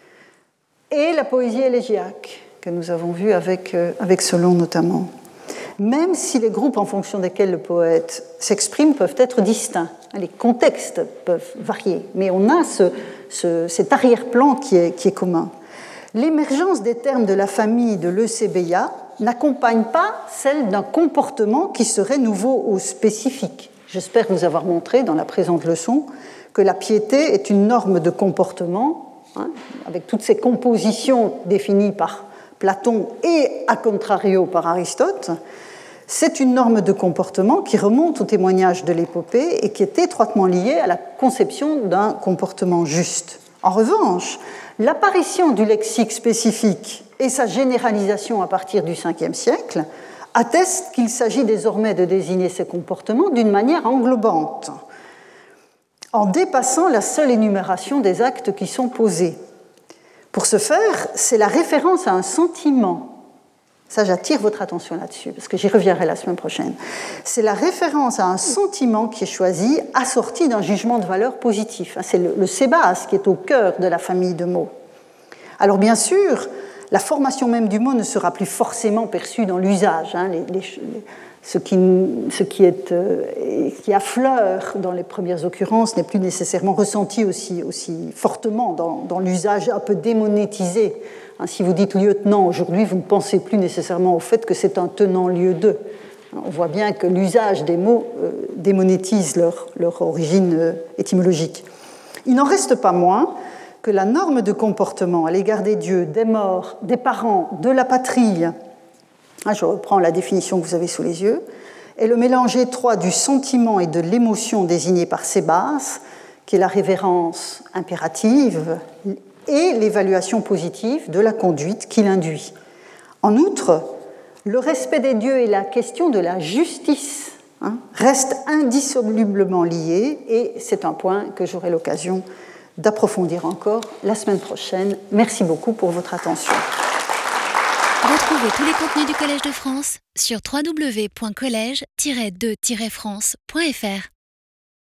et la poésie élégiaque, que nous avons vu avec, euh, avec Solon notamment. Même si les groupes en fonction desquels le poète s'exprime peuvent être distincts, les contextes peuvent varier, mais on a ce, ce, cet arrière-plan qui est, qui est commun. L'émergence des termes de la famille de l'E C B A n'accompagne pas celle d'un comportement qui serait nouveau ou spécifique. J'espère vous avoir montré dans la présente leçon que la piété est une norme de comportement, hein, avec toutes ces compositions définies par Platon et, à contrario, par Aristote. C'est une norme de comportement qui remonte au témoignage de l'épopée et qui est étroitement liée à la conception d'un comportement juste. En revanche, l'apparition du lexique spécifique et sa généralisation à partir du cinquième siècle attestent qu'il s'agit désormais de désigner ces comportements d'une manière englobante, en dépassant la seule énumération des actes qui sont posés. Pour ce faire, c'est la référence à un sentiment. Ça, j'attire votre attention là-dessus, parce que j'y reviendrai la semaine prochaine. C'est la référence à un sentiment qui est choisi, assorti d'un jugement de valeur positif. C'est le, le sébas qui est au cœur de la famille de mots. Alors, bien sûr, la formation même du mot ne sera plus forcément perçue dans l'usage. Hein. Les, les, les, ce, qui, ce qui, est, euh, qui affleure dans les premières occurrences n'est plus nécessairement ressenti aussi, aussi fortement dans, dans l'usage un peu démonétisé. Si vous dites lieutenant aujourd'hui, vous ne pensez plus nécessairement au fait que c'est un tenant lieu de. On voit bien que l'usage des mots euh, démonétise leur, leur origine euh, étymologique. Il n'en reste pas moins que la norme de comportement à l'égard des dieux, des morts, des parents, de la patrie, hein, je reprends la définition que vous avez sous les yeux, est le mélange étroit du sentiment et de l'émotion désigné par sébas, qui est la révérence impérative, et l'évaluation positive de la conduite qu'il induit. En outre, le respect des dieux et la question de la justice hein, restent indissolublement liés, et c'est un point que j'aurai l'occasion d'approfondir encore la semaine prochaine. Merci beaucoup pour votre attention. Retrouvez tous les contenus du Collège de France sur w w w point collège tiret de tiret france point f r.